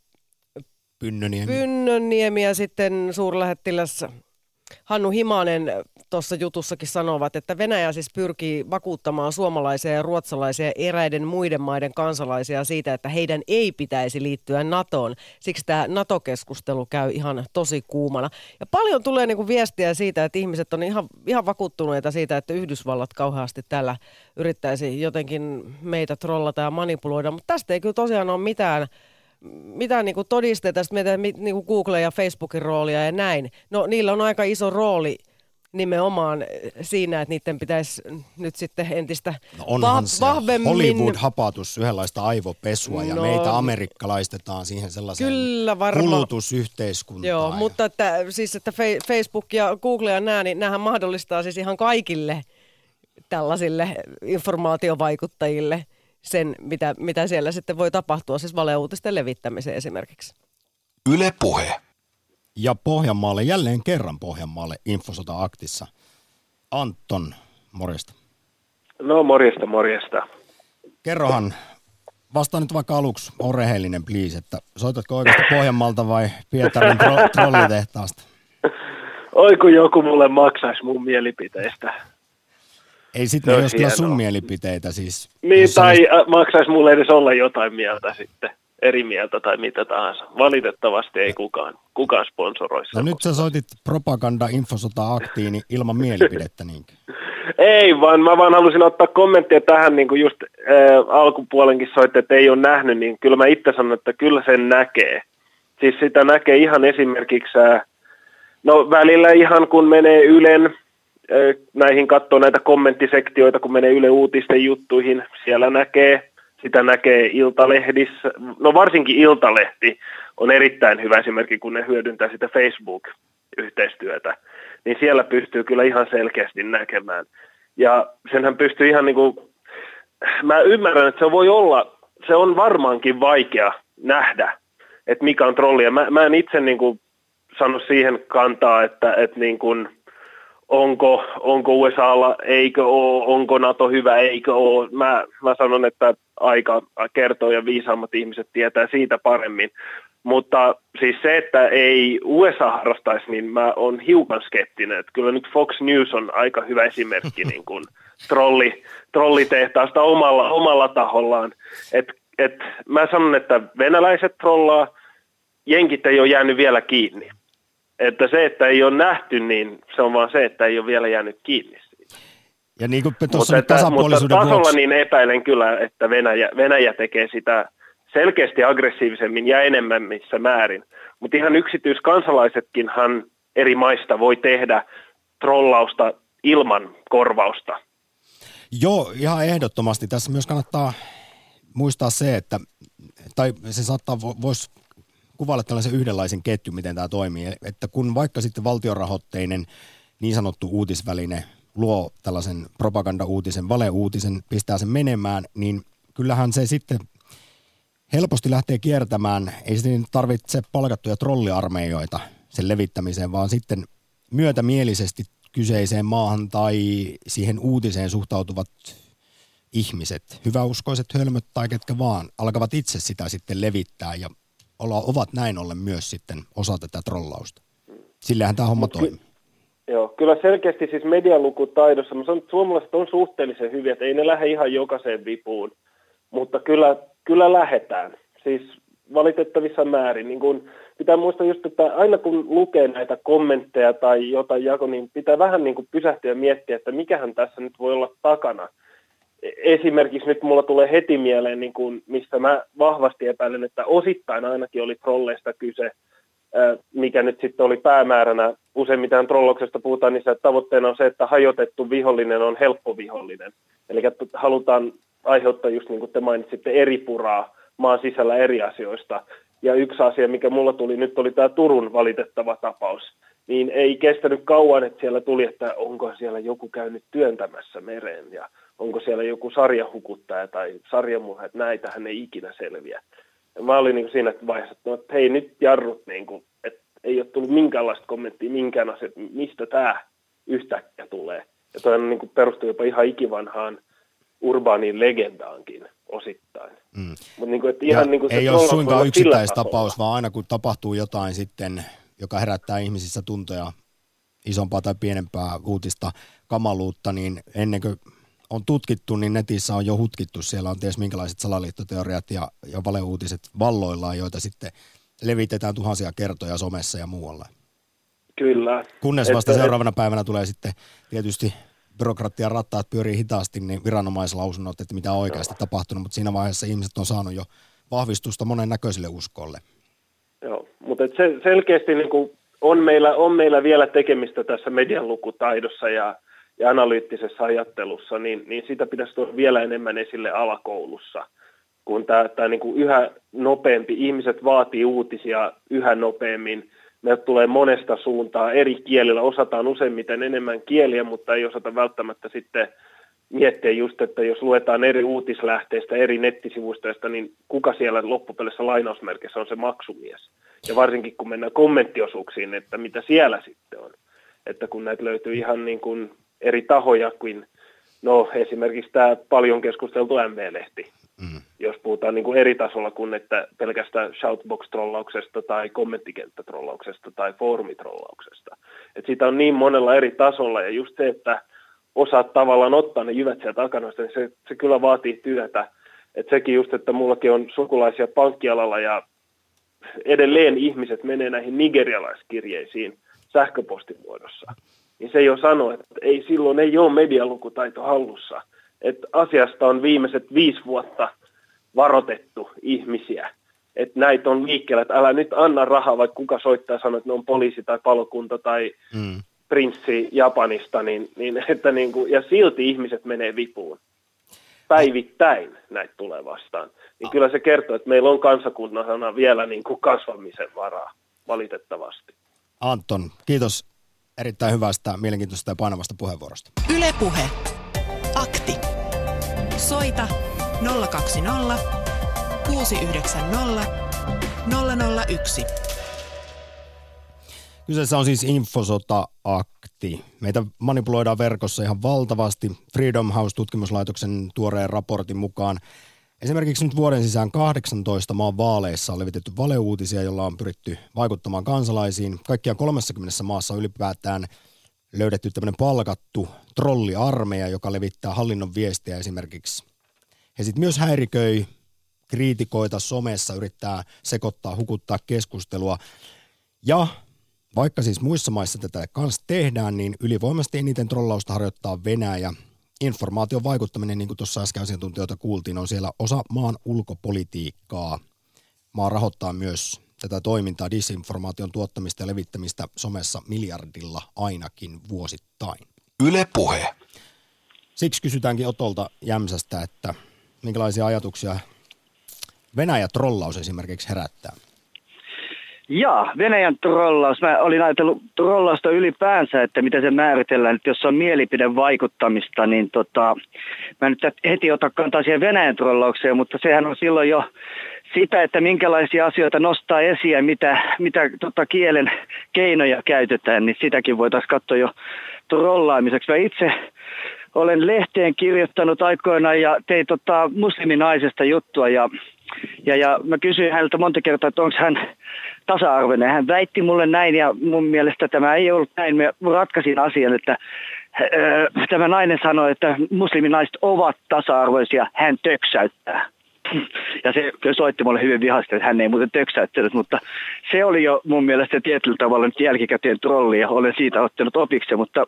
Pynnöniemi ja sitten suurlähettiläs Hannu Himanen tuossa jutussakin sanovat, että Venäjä siis pyrkii vakuuttamaan suomalaisia ja ruotsalaisia ja eräiden muiden maiden kansalaisia siitä, että heidän ei pitäisi liittyä NATOon. Siksi tämä NATO-keskustelu käy ihan tosi kuumana. Ja paljon tulee niinku viestiä siitä, että ihmiset on ihan vakuuttuneita siitä, että Yhdysvallat kauheasti täällä yrittäisi jotenkin meitä trollata ja manipuloida, mutta tästä ei kyllä tosiaan ole mitään niinku todisteita, sitten mietitään niinku Google ja Facebookin roolia ja näin. No niillä on aika iso rooli nimenomaan siinä, että niiden pitäisi nyt sitten entistä vahvemmin. Hollywood-hapatus yhdenlaista aivopesua ja meitä amerikkalaistetaan siihen sellaiseen kulutusyhteiskuntaan. Joo, mutta että Facebook ja Google ja nämä, niin nämähän mahdollistaa siis ihan kaikille tällaisille informaatiovaikuttajille sen, mitä siellä sitten voi tapahtua, siis valeuutisten levittämiseen esimerkiksi. Yle Puhe. Ja Pohjanmaalle, jälleen kerran Pohjanmaalle Infosota-aktissa. Anton, morjesta. No morjesta. Kerrohan, vastaan nyt vaikka aluksi, on rehellinen please, että soitatko oikeasti Pohjanmaalta vai Pietarin trollitehtaasta? Oi kun joku mulle maksaisi mun mielipiteistä. Ei sitten, jos kyllä sun mielipiteitä siis. Niin, tai maksaisi mulle edes olla jotain mieltä sitten, eri mieltä tai mitä tahansa. Valitettavasti ei kukaan sponsoroissa. No nyt sä soitit propaganda-infosota-aktiin ilman mielipidettä niinkö? Ei, vaan mä halusin ottaa kommenttia tähän, niin kuin just alkupuolenkin soitte, että ei ole nähnyt, niin kyllä mä itse sanon, että kyllä sen näkee. Siis sitä näkee ihan esimerkiksi, no välillä ihan kun menee Ylen, näihin katsoo näitä kommenttisektioita, kun menee Yle Uutisten juttuihin, siellä näkee, sitä näkee Iltalehdissä, no varsinkin Iltalehti on erittäin hyvä esimerkki, kun ne hyödyntää sitä Facebook-yhteistyötä, niin siellä pystyy kyllä ihan selkeästi näkemään. Ja senhän pystyy ihan niin kuin, mä ymmärrän, että se on varmaankin vaikea nähdä, että mikä on trolli. Ja mä en itse niin kuin sano siihen kantaa, että niin kuin, onko USAlla, eikö ole, onko NATO hyvä, eikö ole. Mä sanon, että aika kertoo ja viisaammat ihmiset tietää siitä paremmin. Mutta siis se, että ei USA harrastaisi, niin mä oon hiukan skeptinen. Että kyllä nyt Fox News on aika hyvä esimerkki niin kuin trollitehtaasta omalla tahollaan. Et mä sanon, että venäläiset trollaa, jenkit ei ole jäänyt vielä kiinni. Että se, että ei ole nähty, niin se on vaan se, että ei ole vielä jäänyt kiinni siitä. Ja niin kuin tuossa tasapuolisuuden mutta tasolla vuoksi niin epäilen kyllä, että Venäjä tekee sitä selkeästi aggressiivisemmin ja enemmän missä määrin. Mutta ihan yksityiskansalaisetkinhan eri maista voi tehdä trollausta ilman korvausta. Joo, ihan ehdottomasti. Tässä myös kannattaa muistaa se, että, tai se voisi kuvailla tällaisen yhdenlaisen ketjun, miten tämä toimii. Että kun vaikka sitten valtionrahoitteinen niin sanottu uutisväline luo tällaisen propaganda-uutisen, valeuutisen, pistää sen menemään, niin kyllähän se sitten helposti lähtee kiertämään. Ei sitten tarvitse palkattuja trolliarmeijoita sen levittämiseen, vaan sitten myötämielisesti kyseiseen maahan tai siihen uutiseen suhtautuvat ihmiset, hyväuskoiset hölmöt tai ketkä vaan, alkavat itse sitä sitten levittää ja ovat näin ollen myös sitten osa tätä trollausta. Sillähän tämä homma toimii. Joo, kyllä selkeästi siis medialukutaidossa, mä sanon, että suomalaiset on suhteellisen hyviä, että ei ne lähde ihan jokaiseen vipuun, mutta kyllä lähdetään. Siis valitettavissa määrin. Niin kun pitää muistaa just, että aina kun lukee näitä kommentteja tai jotain niin pitää vähän niin kuin pysähtyä ja miettiä, että mikähän tässä nyt voi olla takana. Esimerkiksi nyt mulla tulee heti mieleen, niin kuin, mistä mä vahvasti epäilen, että osittain ainakin oli trolleista kyse, mikä nyt sitten oli päämääränä. Useimmiten trollauksesta puhutaan niissä, että tavoitteena on se, että hajotettu vihollinen on helppo vihollinen. Eli halutaan aiheuttaa just niin kuin te mainitsitte eri puraa maan sisällä eri asioista. Ja yksi asia, mikä mulla tuli nyt, oli tämä Turun valitettava tapaus. Niin ei kestänyt kauan, että siellä tuli, että onko siellä joku käynyt työntämässä mereen ja onko siellä joku sarjahukuttaja tai sarjamurha, että näitähän ei ikinä selviä. Ja mä olin niin kuin siinä vaiheessa, että hei nyt jarrut, niin kuin, että ei ole tullut minkäänlaista kommenttia minkään asiaa, mistä tämä yhtäkkiä tulee. Ja toi niin kuin perustuu jopa ihan ikivanhaan urbaaniin legendaankin osittain. Mut niin kuin, että ihan niin kuin ei ole suinkaan yksittäistapaus, vaan aina kun tapahtuu jotain sitten, joka herättää ihmisissä tuntoja isompaa tai pienempää uutista kamaluutta, niin ennen kuin on tutkittu, niin netissä on jo hutkittu. Siellä on ties minkälaiset salaliittoteoriat ja valeuutiset valloillaan, joita sitten levitetään tuhansia kertoja somessa ja muualla. Kyllä. Kunnes vasta seuraavana päivänä tulee sitten tietysti byrokratian rattaat pyörii hitaasti, niin viranomaislausunnot, että mitä on oikeasti tapahtunut, mutta siinä vaiheessa ihmiset on saanut jo vahvistusta monen näköiselle uskolle. Joo, mutta se selkeästi niin kuin on meillä vielä tekemistä tässä median lukutaidossa ja analyyttisessä ajattelussa, niin sitä pitäisi tuoda vielä enemmän esille alakoulussa, kun tämä niin kuin yhä nopeampi, ihmiset vaatii uutisia yhä nopeammin, ne tulee monesta suuntaa eri kielillä, osataan useimmiten enemmän kieliä, mutta ei osata välttämättä sitten miettiä just, että jos luetaan eri uutislähteistä, eri nettisivustoista, niin kuka siellä loppupeleissä lainausmerkissä on se maksumies. Ja varsinkin kun mennään kommenttiosuuksiin, että mitä siellä sitten on. Että kun näitä löytyy ihan niin kuin eri tahoja kuin, no esimerkiksi tämä paljon keskusteltu MV-lehti, jos puhutaan niin kuin eri tasolla kuin että pelkästään shoutbox-trollauksesta tai kommenttikenttätrollauksesta tai foorumitrollauksesta. Että siitä on niin monella eri tasolla ja just se, että osaat tavallaan ottaa ne jyvät sieltä takanoista, niin se kyllä vaatii työtä. Että sekin just, että mullakin on sukulaisia pankkialalla ja edelleen ihmiset menee näihin nigerialaiskirjeisiin sähköpostimuodossa. Niin se jo sanoo, että silloin ei ole medialukutaito hallussa. Että asiasta on viimeiset 5 vuotta varoitettu ihmisiä. Että näitä on liikkeellä, että älä nyt anna rahaa, vaikka kuka soittaa ja sanoo, että ne on poliisi tai palokunta tai prinssi Japanista. Ja silti ihmiset menee vipuun. Päivittäin näitä tulee vastaan. Niin kyllä se kertoo, että meillä on kansakunnana vielä niin kuin kasvamisen varaa, valitettavasti. Anton, kiitos erittäin hyvästä, mielenkiintoisesta ja painavasta puheenvuorosta. Yle Puhe. Akti. Soita 020 690 001. Kyseessä on siis infosota-akti. Meitä manipuloidaan verkossa ihan valtavasti. Freedom House-tutkimuslaitoksen tuoreen raportin mukaan esimerkiksi nyt vuoden sisään 18 maan vaaleissa on levitetty valeuutisia, joilla on pyritty vaikuttamaan kansalaisiin. Kaikkiaan 30 maassa on ylipäätään löydetty tämmöinen palkattu trolliarmeija, joka levittää hallinnon viestejä esimerkiksi. He sitten myös häiriköi kriitikoita somessa, yrittää sekoittaa, hukuttaa keskustelua. Ja vaikka siis muissa maissa tätä kanssa tehdään, niin ylivoimaisesti eniten trollausta harjoittaa Venäjä. Informaation vaikuttaminen, niin kuin tuossa äsken asiantuntijoita kuultiin, on siellä osa maan ulkopolitiikkaa. Maa rahoittaa myös tätä toimintaa, disinformaation tuottamista ja levittämistä somessa miljardilla ainakin vuosittain. Yle Puhe. Siksi kysytäänkin Otolta Jämsästä, että minkälaisia ajatuksia Venäjä-trollaus esimerkiksi herättää? Venäjän trollaus. Mä olin ajatellut trollausta ylipäänsä, että mitä se määritellään. Että jos on mielipidevaikuttamista, niin mä nyt heti ota kantaa siihen Venäjän trollaukseen, mutta sehän on silloin jo sitä, että minkälaisia asioita nostaa esiin ja mitä kielen keinoja käytetään, niin sitäkin voitaisiin katsoa jo trollaamiseksi. Mä itse olen lehteen kirjoittanut aikoinaan ja tein musliminaisesta juttua ja mä kysyin häneltä monta kertaa, että onko hän tasa-arvoinen. Hän väitti mulle näin ja mun mielestä tämä ei ollut näin. Mä ratkaisin asian, että tämä nainen sanoi, että musliminaiset ovat tasa-arvoisia, hän töksäyttää. Ja se soitti mulle hyvin vihasti, että hän ei muuten töksäyttänyt, mutta se oli jo mun mielestä tietyllä tavalla nyt jälkikäteen trolli ja olen siitä ottanut opiksi, mutta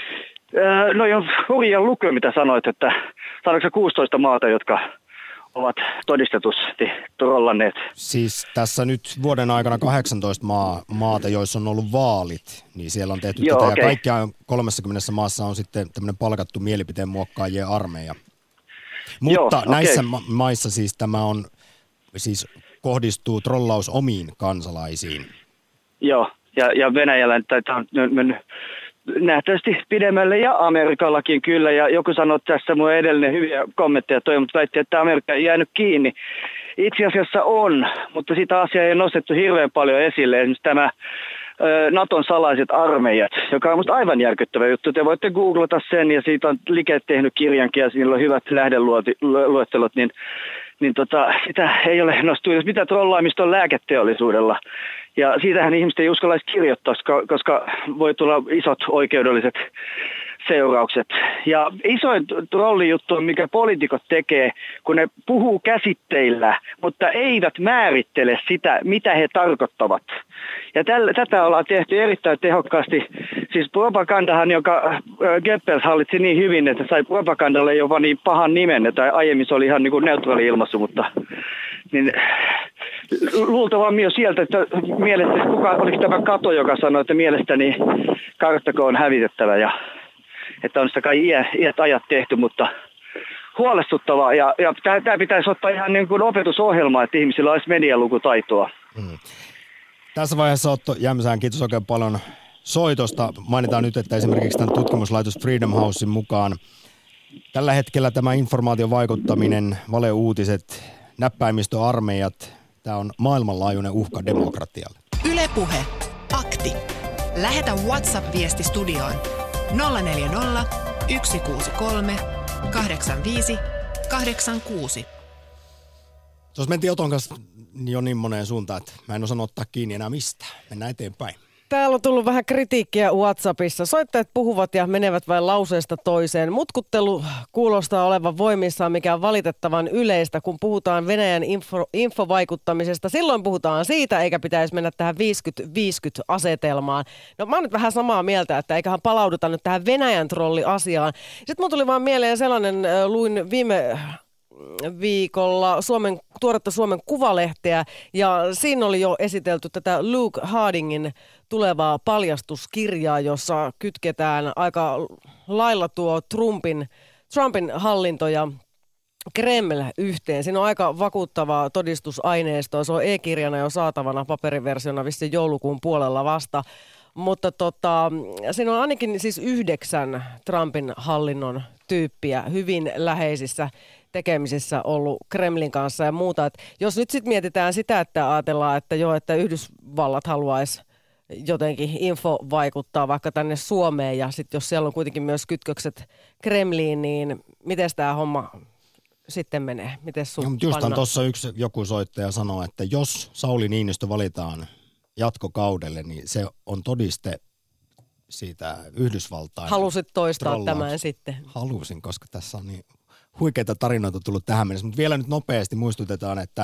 no on hurja luku, mitä sanoit, että sanoiko 16 maata, jotka ovat todistetusti trollanneet. Siis tässä nyt vuoden aikana 18 maata, joissa on ollut vaalit, niin siellä on tehty tätä. Ja kaikkiaan 30 maassa on sitten tämmöinen palkattu mielipiteen muokkaajien armeija. Mutta näissä maissa siis tämä on, siis kohdistuu trollaus omiin kansalaisiin. Joo, ja Venäjällä tämä on mennyt nähtävästi pidemmälle ja Amerikallakin kyllä. Ja joku sanoi tässä mun edellinen hyviä kommentteja toi, mutta väitti, että Amerikka ei jäänyt kiinni. Itse asiassa on, mutta sitä asiaa ei nostettu hirveän paljon esille. Esimerkiksi tämä Naton salaiset armeijat, joka on musta aivan järkyttävä juttu. Te voitte googlata sen ja siitä on Like tehnyt kirjankin ja siinä on hyvät lähdeluettelot, niin sitä ei ole nostettu. Mitä trollaamista on lääketeollisuudella. Ja siitähän ihmiset ei uskallaisi kirjoittaa, koska voi tulla isot oikeudelliset seuraukset. Ja isoin trollijuttu on, mikä poliitikot tekee, kun ne puhuu käsitteillä, mutta eivät määrittele sitä, mitä he tarkoittavat. Ja tätä ollaan tehty erittäin tehokkaasti. Siis propagandahan, joka Goebbels hallitsi niin hyvin, että sai propagandalle jopa niin pahan nimen, että aiemmin se oli ihan niin kuin neutraali ilmaisu, mutta niin luultavasti myös sieltä, että mielestäni oliko tämä Kato, joka sanoi, että mielestäni Karttako on hävitettävä ja että on sitä kai iät ajat tehty, mutta huolestuttavaa. Ja tämä pitäisi ottaa ihan niin kuin opetusohjelma, että ihmisillä olisi medialukutaitoa. Tässä vaiheessa Otto Jämsään, kiitos oikein paljon soitosta. Mainitaan nyt, että esimerkiksi tämän tutkimuslaitos Freedom Housein mukaan Tällä hetkellä tämä informaation vaikuttaminen, valeuutiset, näppäimistöarmeijat, tämä on maailmanlaajuinen uhka demokratialle. Yle Puhe. Akti. Lähetä WhatsApp-viesti studioon 040 163 85 86. Tuossa mentiin Oton kanssa jo niin moneen suuntaan, että mä en osannut ottaa kiinni enää mistään. Mennään eteenpäin. Täällä on tullut vähän kritiikkiä WhatsAppissa. Soittajat puhuvat ja menevät vain lauseesta toiseen. Mutkuttelu kuulostaa olevan voimissaan, mikä on valitettavan yleistä, kun puhutaan Venäjän infovaikuttamisesta. Silloin puhutaan siitä, eikä pitäisi mennä tähän 50-50-asetelmaan. No mä oon nyt vähän samaa mieltä, että eiköhän palauduta nyt tähän Venäjän trolli-asiaan. Sitten mun tuli vaan mieleen sellainen, luin viime viikolla tuoretta Suomen Kuvalehteä, ja siinä oli jo esitelty tätä Luke Hardingin tulevaa paljastuskirjaa, jossa kytketään aika lailla tuo Trumpin hallinto ja Kreml yhteen. Siinä on aika vakuuttavaa todistusaineistoa. Se on e-kirjana jo saatavana paperiversiona vissiin joulukuun puolella vasta. Mutta siinä on ainakin siis 9 Trumpin hallinnon tyyppiä hyvin läheisissä tekemisissä ollut Kremlin kanssa ja muuta. Et jos nyt sitten mietitään sitä, että ajatellaan, että Yhdysvallat haluaisi jotenkin info vaikuttaa vaikka tänne Suomeen, ja sitten jos siellä on kuitenkin myös kytkökset Kremliin, niin miten tämä homma sitten menee? Miten Justhan tuossa joku soittaja sanoi, että jos Sauli Niinistö valitaan jatkokaudelle, niin se on todiste siitä Yhdysvaltain. Halusit toistaa tämän sitten? Halusin, koska tässä on niin huikeita tarinoita tullut tähän mennessä. Mutta vielä nyt nopeasti muistutetaan, että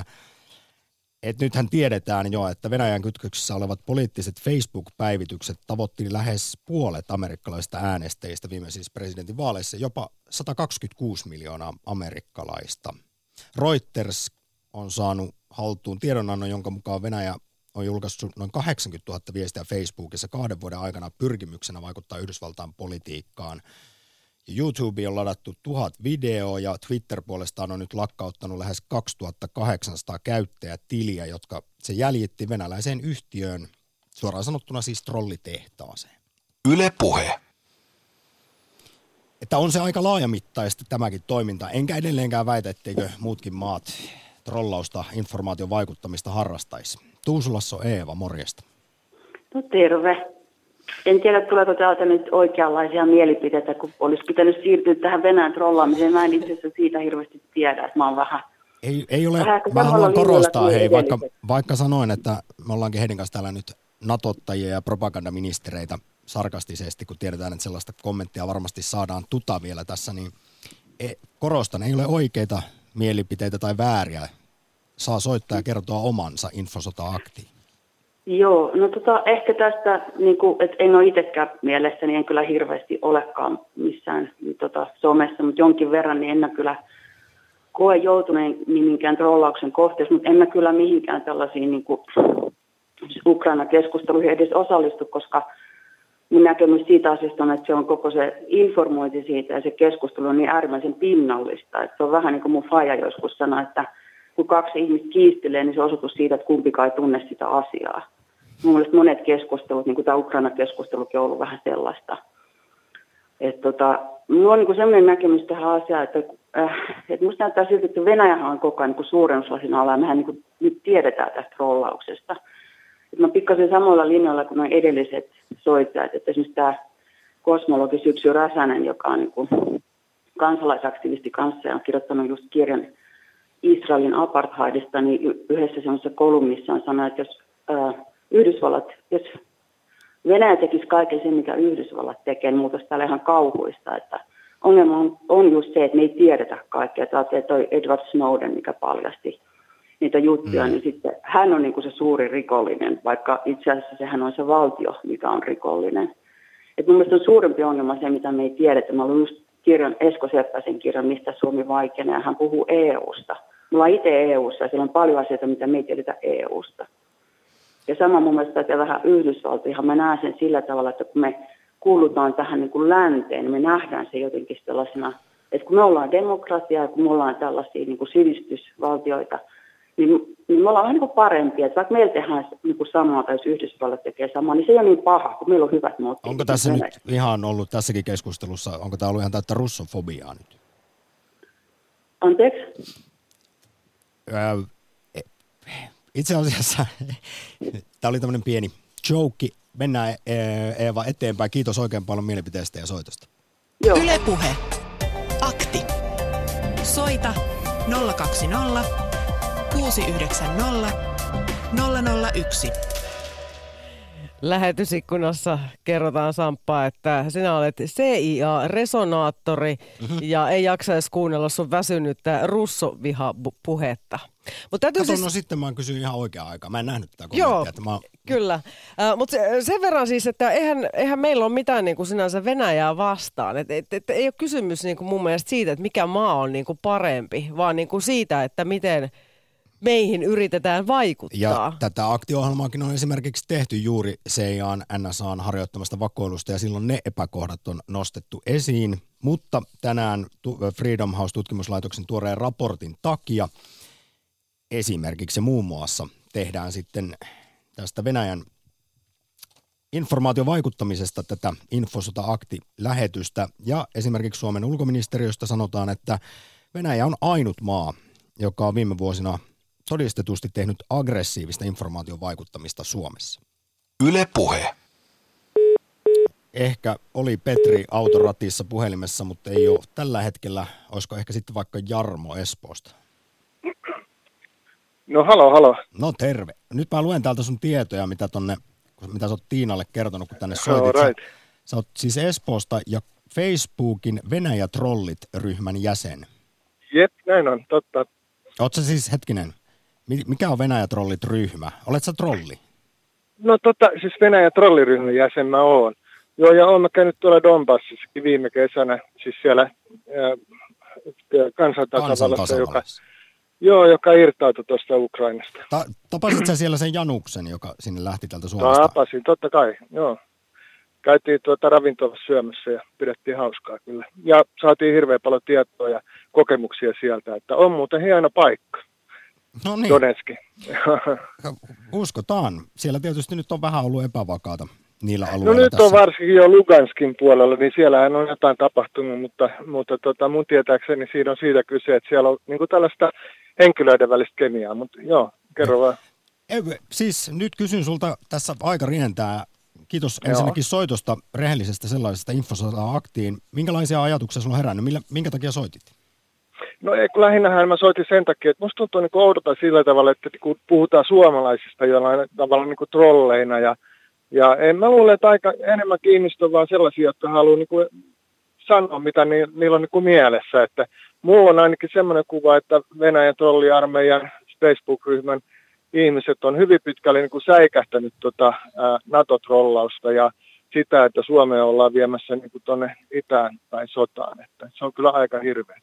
nythän tiedetään jo, että Venäjän kytköksissä olevat poliittiset Facebook-päivitykset tavoitteli lähes puolet amerikkalaisista äänestäjistä viimeisissä presidentinvaaleissa, jopa 126 miljoonaa amerikkalaista. Reuters on saanut haltuun tiedonannon, jonka mukaan Venäjä on julkaissut noin 80 000 viestiä Facebookissa 2 vuoden aikana pyrkimyksenä vaikuttaa Yhdysvaltain politiikkaan. YouTube on ladattu 1000 videoa ja Twitter puolestaan on nyt lakkauttanut lähes 2800 käyttäjätiliä, jotka se jäljitti venäläiseen yhtiöön, suoraan sanottuna siis trollitehtaaseen. Yle Puhe. Että on se aika laajamittaista tämäkin toiminta, enkä edelleenkään väitä, etteikö muutkin maat trollausta, informaation vaikuttamista harrastaisi. Tuusulassa on Eeva, morjesta. No terve. En tiedä, tuleeko täältä nyt oikeanlaisia mielipiteitä, kun olisi pitänyt siirtyä tähän Venäjän trollaamiseen. Mä en itse asiassa siitä hirveästi tiedä, että mä oon vähän... Ei ole, mä haluan korostaa, vaikka sanoin, että me ollaankin heidän kanssa täällä nyt natottajia ja propagandaministereitä sarkastisesti, kun tiedetään, että sellaista kommenttia varmasti saadaan vielä tässä, niin korostan, ei ole oikeita mielipiteitä tai vääriä. Saa soittaa ja kertoa omansa Infosota-aktiin. Joo, no ehkä tästä, niin kuin, että en ole itsekään mielessäni, en kyllä hirveästi olekaan missään somessa, mutta jonkin verran, niin en mä kyllä koe joutuneen mihinkään trollauksen kohteessa, mutta en mä kyllä mihinkään tällaisiin niin kuin Ukraina-keskusteluihin edes osallistu, koska mun näkemys siitä asiasta on, että se on koko se informointi siitä ja se keskustelu on niin äärimmäisen pinnallista, että se on vähän niin kuin mun faija joskus sanoi, että kun 2 ihmistä kiistelee, niin se osoitus siitä, että kumpikaan ei tunne sitä asiaa. Mun mielestä monet keskustelut, niin kuin tämä Ukraina-keskustelukin on ollut vähän sellaista. Minulla on niin sellainen näkemys tähän asiaan, että musta näyttää siltä, että Venäjähän on koko ajan niin suurennuslasin alla, ja mehän niin nyt tiedetään tästä rollauksesta. Et mä pikkasen samoilla linjoilla kuin nuo edelliset soittajat, että esimerkiksi tämä kosmologi Syksy Räsänen, joka on niin kansalaisaktivisti kanssa ja on kirjoittanut just kirjan Israelin apartheidista, niin yhdessä semmoisessa kolumnissaan sanoi, että jos Venäjä tekisi kaiken sen, mikä Yhdysvallat tekee, niin muutos täällä ihan kauhuista. Että ongelma on just se, että me ei tiedetä kaikkea. Tämä on toi Edward Snowden, mikä paljasti niitä juttuja, niin sitten hän on niin kuin se suuri rikollinen, vaikka itse asiassa sehän on se valtio, mikä on rikollinen. Et mun mielestä on suurempi ongelma se, mitä me ei tiedetä. Mä luin just Esko Seppäsen kirjan, mistä Suomi vaikenee, ja hän puhuu EUsta. Me ollaan itse EUssa, ja siellä on paljon asioita, mitä me ei tiedetä EUsta. Ja sama mun mielestä, että vähän Yhdysvaltoihin, mä näen sen sillä tavalla, että kun me kuulutaan tähän niin kuin länteen, niin me nähdään se jotenkin sellaisena, että kun me ollaan demokratia ja kun me ollaan tällaisia niin kuin sivistysvaltioita, niin me ollaan vähän niin kuin parempia. Että vaikka meillä tehdään niin kuin samaa tai jos Yhdysvallat tekee samaa, niin se ei ole niin paha, kun meillä on hyvät moottorit. Onko tässä nyt ihan ollut tässäkin keskustelussa, onko tämä ollut ihan täyttä russofobiaa nyt? Anteeksi? Itse asiassa tämä oli tämmöinen pieni joke. Mennään Eeva eteenpäin. Kiitos oikein paljon mielipiteestä ja soitosta. Joo. Yle Puhe. Akti. Soita 020 690 001. Lähetysikkunassa kerrotaan Samppaa, että sinä olet CIA-resonaattori ja ei jaksa edes kuunnella sun väsynyttä russovihapuhetta. No sitten mä kysyin ihan oikeaan aikaan. Mä en nähnyt tätä kommenttia. Kyllä. Mutta sen verran siis, että eihän meillä ole mitään niin kuin sinänsä Venäjää vastaan. Et ei ole kysymys niin kuin mun mielestä siitä, että mikä maa on niin kuin parempi, vaan niin kuin siitä, että miten meihin yritetään vaikuttaa. Ja tätä aktio-ohjelmaakin on esimerkiksi tehty juuri CIA:n NSA:n harjoittamasta vakoilusta, ja silloin ne epäkohdat on nostettu esiin. Mutta tänään Freedom House-tutkimuslaitoksen tuoreen raportin takia esimerkiksi muun muassa tehdään sitten tästä Venäjän informaatiovaikuttamisesta tätä Infosota-akti-lähetystä. Ja esimerkiksi Suomen ulkoministeriöstä sanotaan, että Venäjä on ainut maa, joka on viime vuosina todistetusti tehnyt aggressiivista informaatiovaikuttamista Suomessa. Yle Puhe. Ehkä oli Petri autoratissa puhelimessa, mutta ei ole tällä hetkellä. Olisiko ehkä sitten vaikka Jarmo Espoosta? No halo. No terve. Nyt mä luen täältä sun tietoja, mitä sä oot Tiinalle kertonut, kun tänne soitit. Right. Sä oot siis Espoosta ja Facebookin Venäjä-trollit-ryhmän jäsen. Jep, näin on, totta. Oot sä siis, hetkinen, mikä on Venäjä-trollit-ryhmä? Olet sä trolli? No siis Venäjä-trolliryhmän jäsen mä oon. Joo, ja oon mä käynyt tuolla Donbassissakin viime kesänä, siis siellä kansantasavallassa, joka irtautui tuosta Ukrainasta. Tapasit sä siellä sen Januksen, joka sinne lähti tältä Suomesta? Tapasin, totta kai, joo. Käytiin ravintolassa syömässä ja pidettiin hauskaa kyllä. Ja saatiin hirveän paljon tietoa ja kokemuksia sieltä, että on muuten hieno paikka. No niin. Donetski. Uskotaan. Siellä tietysti nyt on vähän ollut epävakaata niillä alueilla. No nyt tässä on varsinkin jo Luganskin puolella, niin siellähän on jotain tapahtunut, mutta mun tietääkseni siinä on siitä kyse, että siellä on niin kuin tällaista henkilöiden välistä kemiaa, mutta joo, kerro vaan. Siis nyt kysyn sulta, tässä aika rientää. Kiitos ensinnäkin soitosta, rehellisestä sellaisesta Infosota-aktiin. Minkälaisia ajatuksia sulla on herännyt? Minkä takia soitit? No lähinnähän mä soitin sen takia, että musta tuntuu niin oudota sillä tavalla, että kun puhutaan suomalaisista jollain tavalla niin kuin trolleina ja mä luulen, että aika enemmänkin ihmiset on vaan sellaisia, jotka haluaa niin kuin sanoa, mitä niillä on niin kuin mielessä. Että mulla on ainakin semmoinen kuva, että Venäjän trolliarmeijan Facebook-ryhmän ihmiset on hyvin pitkälle niin kuin säikähtänyt NATO-trollausta ja sitä, että Suomea ollaan viemässä niin kuin tuonne itään päin sotaan. Että se on kyllä aika hirveä.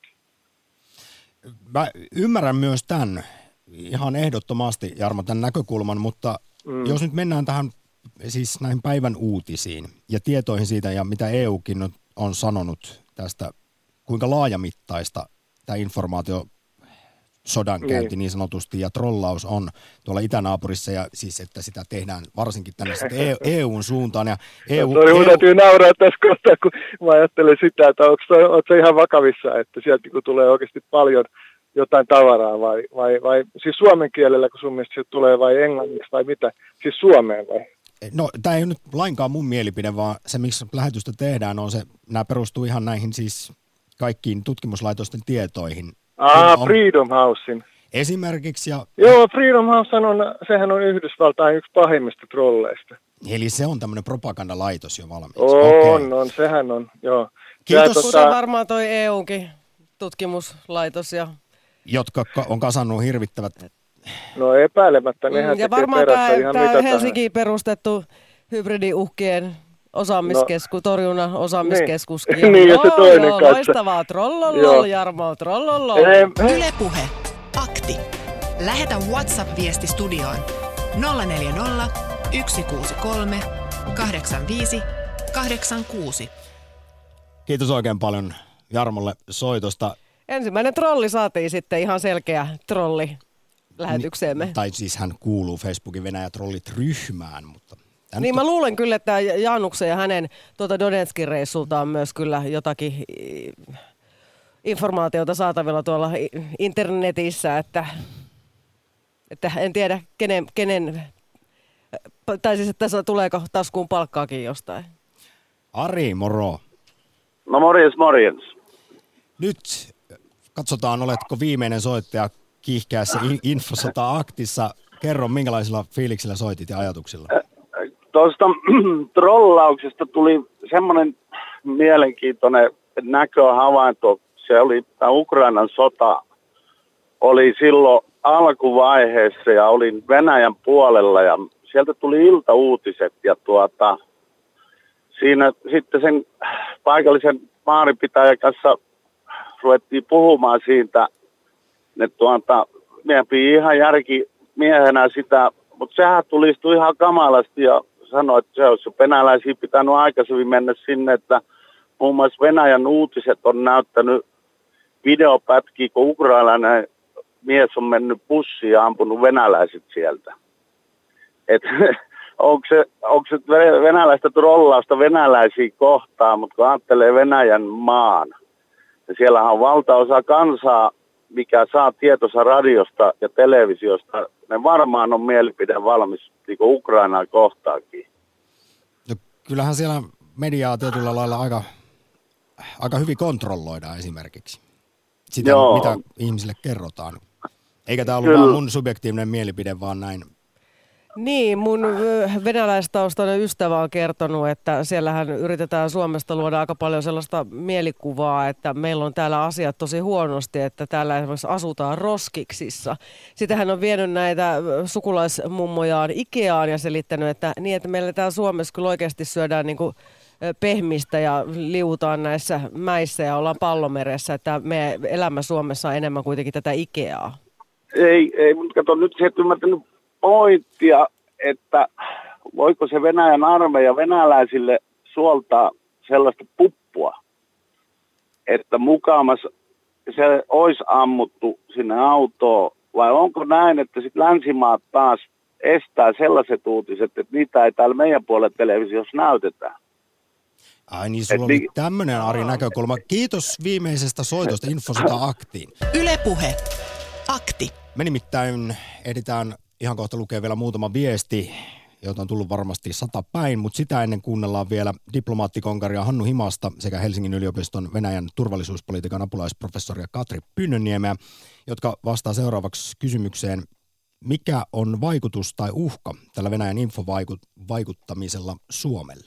Mä ymmärrän myös tämän ihan ehdottomasti, Jarmo, tämän näkökulman, mutta jos nyt mennään tähän siis näihin päivän uutisiin ja tietoihin siitä ja mitä EUkin on sanonut tästä, kuinka laajamittaista tämä informaatiosodankäynti niin sanotusti ja trollaus on tuolla itänaapurissa ja siis, että sitä tehdään varsinkin tänne EUn suuntaan. Ja Mun täytyy nauraa tässä kohtaa, kun mä ajattelen sitä, että ootko se ihan vakavissa, että sieltä kun tulee oikeasti paljon jotain tavaraa vai siis suomen kielellä, kun sun mielestä se tulee vai englanniksi vai mitä, siis suomeen vai? No tämä ei ole nyt lainkaan mun mielipide, vaan se miksi lähetystä tehdään on se, nämä perustuu ihan näihin siis kaikkiin tutkimuslaitosten tietoihin. Freedom Housein. Esimerkiksi. Joo, Freedom House sehän on Yhdysvaltain yksi pahimmista trolleista. Eli se on tämmöinen propagandalaitos jo valmiiksi. On, sehän on, joo. Kiitos. Kuten varmaan toi EU:nkin tutkimuslaitos jotka on kasannut hirvittävät. No epäilemättä, nehän ja varmaan tämä Helsinkiin perustettu hybridiuhkien torjunnan osaamiskeskuskin. Niin, ja se toinen kanssa. Loistavaa, trollolol, Jarmo, trollolol. Yle Puhe, akti. Lähetä WhatsApp-viesti studioon 040 163 85 86. Kiitos oikein paljon Jarmolle soitosta. Ensimmäinen trolli saatiin sitten, ihan selkeä trolli lähetykseemme. Tai siis hän kuuluu Facebookin Venäjä-trollit-ryhmään, mutta... Niin mä luulen kyllä, että Januksen ja hänen Donetskin reissulta on myös kyllä jotakin informaatiota saatavilla tuolla internetissä, että en tiedä kenen tai siis, että tuleeko taskuun palkkaakin jostain. Ari, moro. No morjens. Nyt katsotaan, oletko viimeinen soittaja kiihkeässä Infosota-aktissa. Kerro, minkälaisilla fiiliksillä soitit ja ajatuksilla? Tuosta trollauksesta tuli semmoinen mielenkiintoinen näköhavainto. Se oli, tämä Ukrainan sota oli silloin alkuvaiheessa ja olin Venäjän puolella ja sieltä tuli iltauutiset ja siinä sitten sen paikallisen maaripitäjän kanssa ruvettiin puhumaan siitä, että minä pidin ihan järkimiehenä sitä, mutta sehän tulistui ihan kamalasti ja sanoi, että se olisi venäläisiä pitänyt aikaisemmin mennä sinne, että muun muassa Venäjän uutiset on näyttänyt videopätkiä, kun ukrainalainen mies on mennyt bussiin ja ampunut venäläiset sieltä. Että onko se venäläistä trollausta venäläisiä kohtaan, mutta kun ajattelee Venäjän maan, ja siellähän on valtaosa kansaa, mikä saa tietonsa radiosta ja televisiosta, ne varmaan on mielipide valmis niin kuin Ukrainaa kohtaakin. No, kyllähän siellä mediaa tietyllä lailla aika hyvin kontrolloidaan esimerkiksi sitä, mitä ihmisille kerrotaan. Eikä tämä ollut vaan mun subjektiivinen mielipide, vaan näin. Niin, mun venäläistaustainen ystävä on kertonut, että siellähän yritetään Suomesta luoda aika paljon sellaista mielikuvaa, että meillä on täällä asiat tosi huonosti, että täällä esimerkiksi asutaan roskiksissa. Sitten hän on vienyt näitä sukulaismummojaan Ikeaan ja selittänyt, että meillä täällä Suomessa kyllä oikeasti syödään niin kuin pehmistä ja liutaan näissä mäissä ja ollaan pallomeressä, että meidän elämä Suomessa on enemmän kuitenkin tätä Ikeaa. Ei, mutta kato, nyt se et ymmärtänyt pointtia, että voiko se Venäjän armeija venäläisille suoltaa sellaista puppua, että mukamas se olisi ammuttu sinne autoon, vai onko näin, että sitten länsimaat taas estää sellaiset uutiset, että niitä ei täällä meidän puolella televisiossa näytetään. Ai niin, sulla oli tämmöinen Ari näkökulma. Kiitos viimeisestä soitosta Infosota-aktiin. Yle Puhe. Akti. Me nimittäin ehditään ihan kohta lukea vielä muutama viesti, joita on tullut varmasti 100 päin, mutta sitä ennen kuunnellaan vielä diplomaattikonkaria Hannu Himasta sekä Helsingin yliopiston Venäjän turvallisuuspolitiikan apulaisprofessoria Katri Pynnönniemeä, jotka vastaa seuraavaksi kysymykseen, mikä on vaikutus tai uhka tällä Venäjän infovaikuttamisella Suomelle?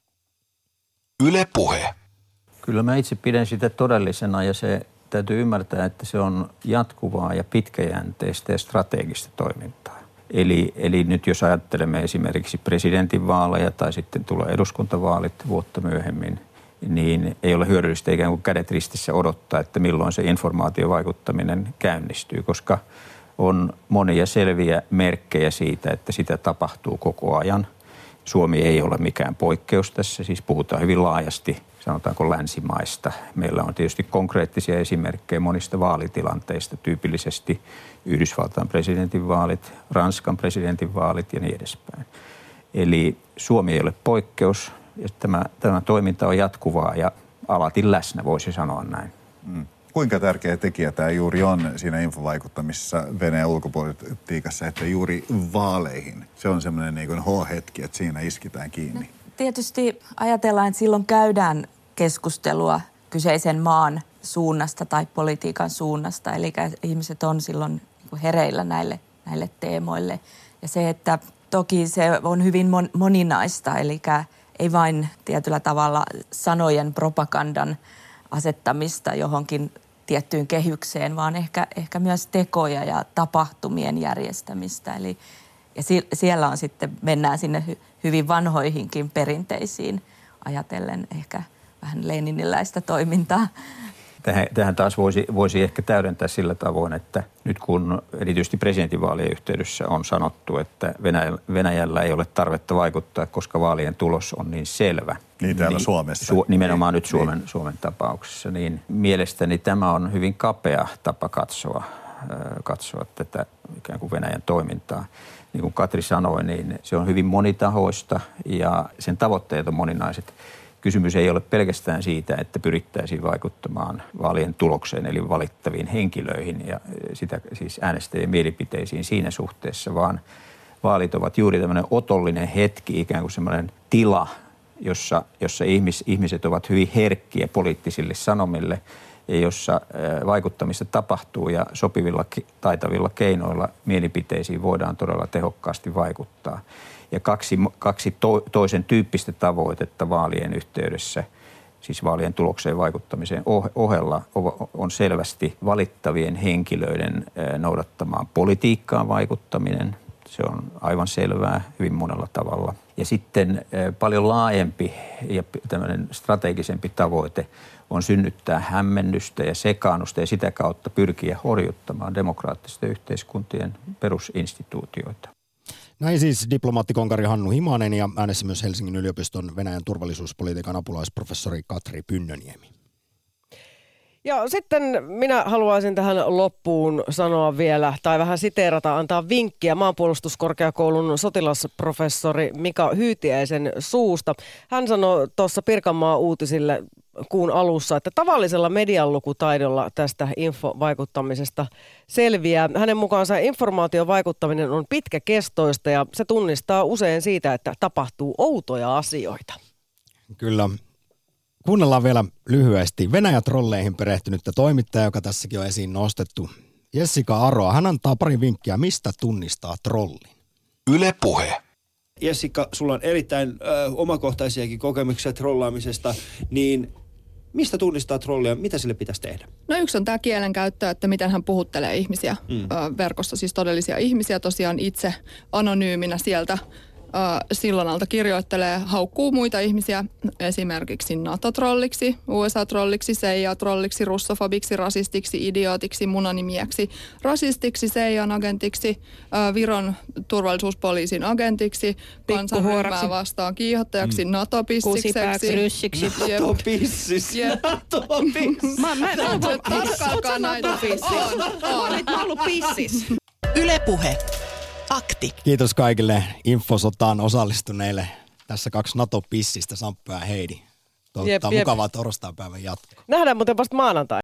Yle Puhe. Kyllä mä itse pidän sitä todellisena ja se täytyy ymmärtää, että se on jatkuvaa ja pitkäjänteistä ja strategista toimintaa. Eli nyt jos ajattelemme esimerkiksi presidentinvaaleja tai sitten tulee eduskuntavaalit vuotta myöhemmin, niin ei ole hyödyllistä ikään kuin kädet ristissä odottaa, että milloin se informaatiovaikuttaminen käynnistyy, koska on monia selviä merkkejä siitä, että sitä tapahtuu koko ajan. Suomi ei ole mikään poikkeus tässä, siis puhutaan hyvin laajasti, sanotaanko länsimaista. Meillä on tietysti konkreettisia esimerkkejä monista vaalitilanteista, tyypillisesti Yhdysvaltain presidentinvaalit, Ranskan presidentinvaalit ja niin edespäin. Eli Suomi ei ole poikkeus ja tämä toiminta on jatkuvaa ja alati läsnä, voisi sanoa näin. Kuinka tärkeä tekijä tämä juuri on siinä infovaikuttamisessa Venäjän ulkopolitiikassa, että juuri vaaleihin se on semmoinen niin kuin H-hetki, että siinä iskitään kiinni? No, tietysti ajatellaan, että silloin käydään keskustelua kyseisen maan suunnasta tai politiikan suunnasta, eli ihmiset on silloin hereillä näille teemoille. Ja se, että toki se on hyvin moninaista, eli ei vain tietyllä tavalla sanojen propagandan asettamista johonkin tiettyyn kehykseen, vaan ehkä myös tekoja ja tapahtumien järjestämistä. Ja siellä on sitten, mennään sinne hyvin vanhoihinkin perinteisiin ajatellen ehkä vähän leniniläistä toimintaa. Tähän taas voisi ehkä täydentää sillä tavoin, että nyt kun erityisesti presidentinvaalien yhteydessä on sanottu, että Venäjällä ei ole tarvetta vaikuttaa, koska vaalien tulos on niin selvä. Niin täällä Suomessa. Nimenomaan nyt Suomen tapauksessa. Niin mielestäni tämä on hyvin kapea tapa katsoa tätä ikään kuin Venäjän toimintaa. Niin kuin Katri sanoi, niin se on hyvin monitahoista ja sen tavoitteet on moninaiset. kysymys ei ole pelkästään siitä, että pyrittäisiin vaikuttamaan vaalien tulokseen eli valittaviin henkilöihin ja sitä siis äänestäjien mielipiteisiin siinä suhteessa, vaan vaalit ovat juuri tämmöinen otollinen hetki, ikään kuin semmoinen tila, jossa ihmiset ovat hyvin herkkiä poliittisille sanomille ja jossa vaikuttamista tapahtuu ja sopivilla taitavilla keinoilla mielipiteisiin voidaan todella tehokkaasti vaikuttaa. Ja kaksi toisen tyyppistä tavoitetta vaalien yhteydessä, siis vaalien tulokseen vaikuttamisen ohella, on selvästi valittavien henkilöiden noudattamaan politiikkaan vaikuttaminen. Se on aivan selvää hyvin monella tavalla. Ja sitten paljon laajempi ja tämmöinen strategisempi tavoite on synnyttää hämmennystä ja sekaannusta ja sitä kautta pyrkiä horjuttamaan demokraattisten yhteiskuntien perusinstituutioita. Näin siis diplomaattikonkari Hannu Himanen ja äänessä myös Helsingin yliopiston Venäjän turvallisuuspolitiikan apulaisprofessori Katri Pynnöniemi. Ja sitten minä haluaisin tähän loppuun sanoa vielä, tai vähän siteerata, antaa vinkkiä maanpuolustuskorkeakoulun sotilasprofessori Mika Hyytiäisen suusta. Hän sanoi tuossa Pirkanmaan uutisille kuun alussa, että tavallisella medianlukutaidolla tästä infovaikuttamisesta selviää. Hänen mukaansa informaatiovaikuttaminen on pitkäkestoista ja se tunnistaa usein siitä, että tapahtuu outoja asioita. Kyllä. Kuunnellaan vielä lyhyesti Venäjä-trolleihin perehtynyttä toimittajaa, joka tässäkin on esiin nostettu. Jessica Aroa, hän antaa pari vinkkiä, mistä tunnistaa trollin. Yle Puhe. Jessica, sulla on erittäin omakohtaisiakin kokemuksia trollaamisesta, niin mistä tunnistaa trollia, mitä sille pitäisi tehdä? No yksi on tämä kielenkäyttö, että miten hän puhuttelee ihmisiä verkossa, siis todellisia ihmisiä tosiaan itse anonyyminä sieltä sillanalta kirjoittelee, haukkuu muita ihmisiä esimerkiksi NATO-trolliksi, USA-trolliksi, CIA-trolliksi, russofobiksi, rasistiksi, idiootiksi, munanimieksi, rasistiksi, CIA-agentiksi, Viron turvallisuuspoliisin agentiksi, kansanryhmää vastaan kiihottajaksi, NATO-pissikseksi. NATO-pissis. NATO-pissis. Mä en ole tarkkaan näitä. Mä ollut pissis. Yle Puhe. Akti. Kiitos kaikille infosotaan osallistuneille. Tässä 2 NATO-pissistä, Samppa ja Heidi. Toivottaa mukavaa torstaipäivän jatkoa. Nähdään muuten vasta maanantai.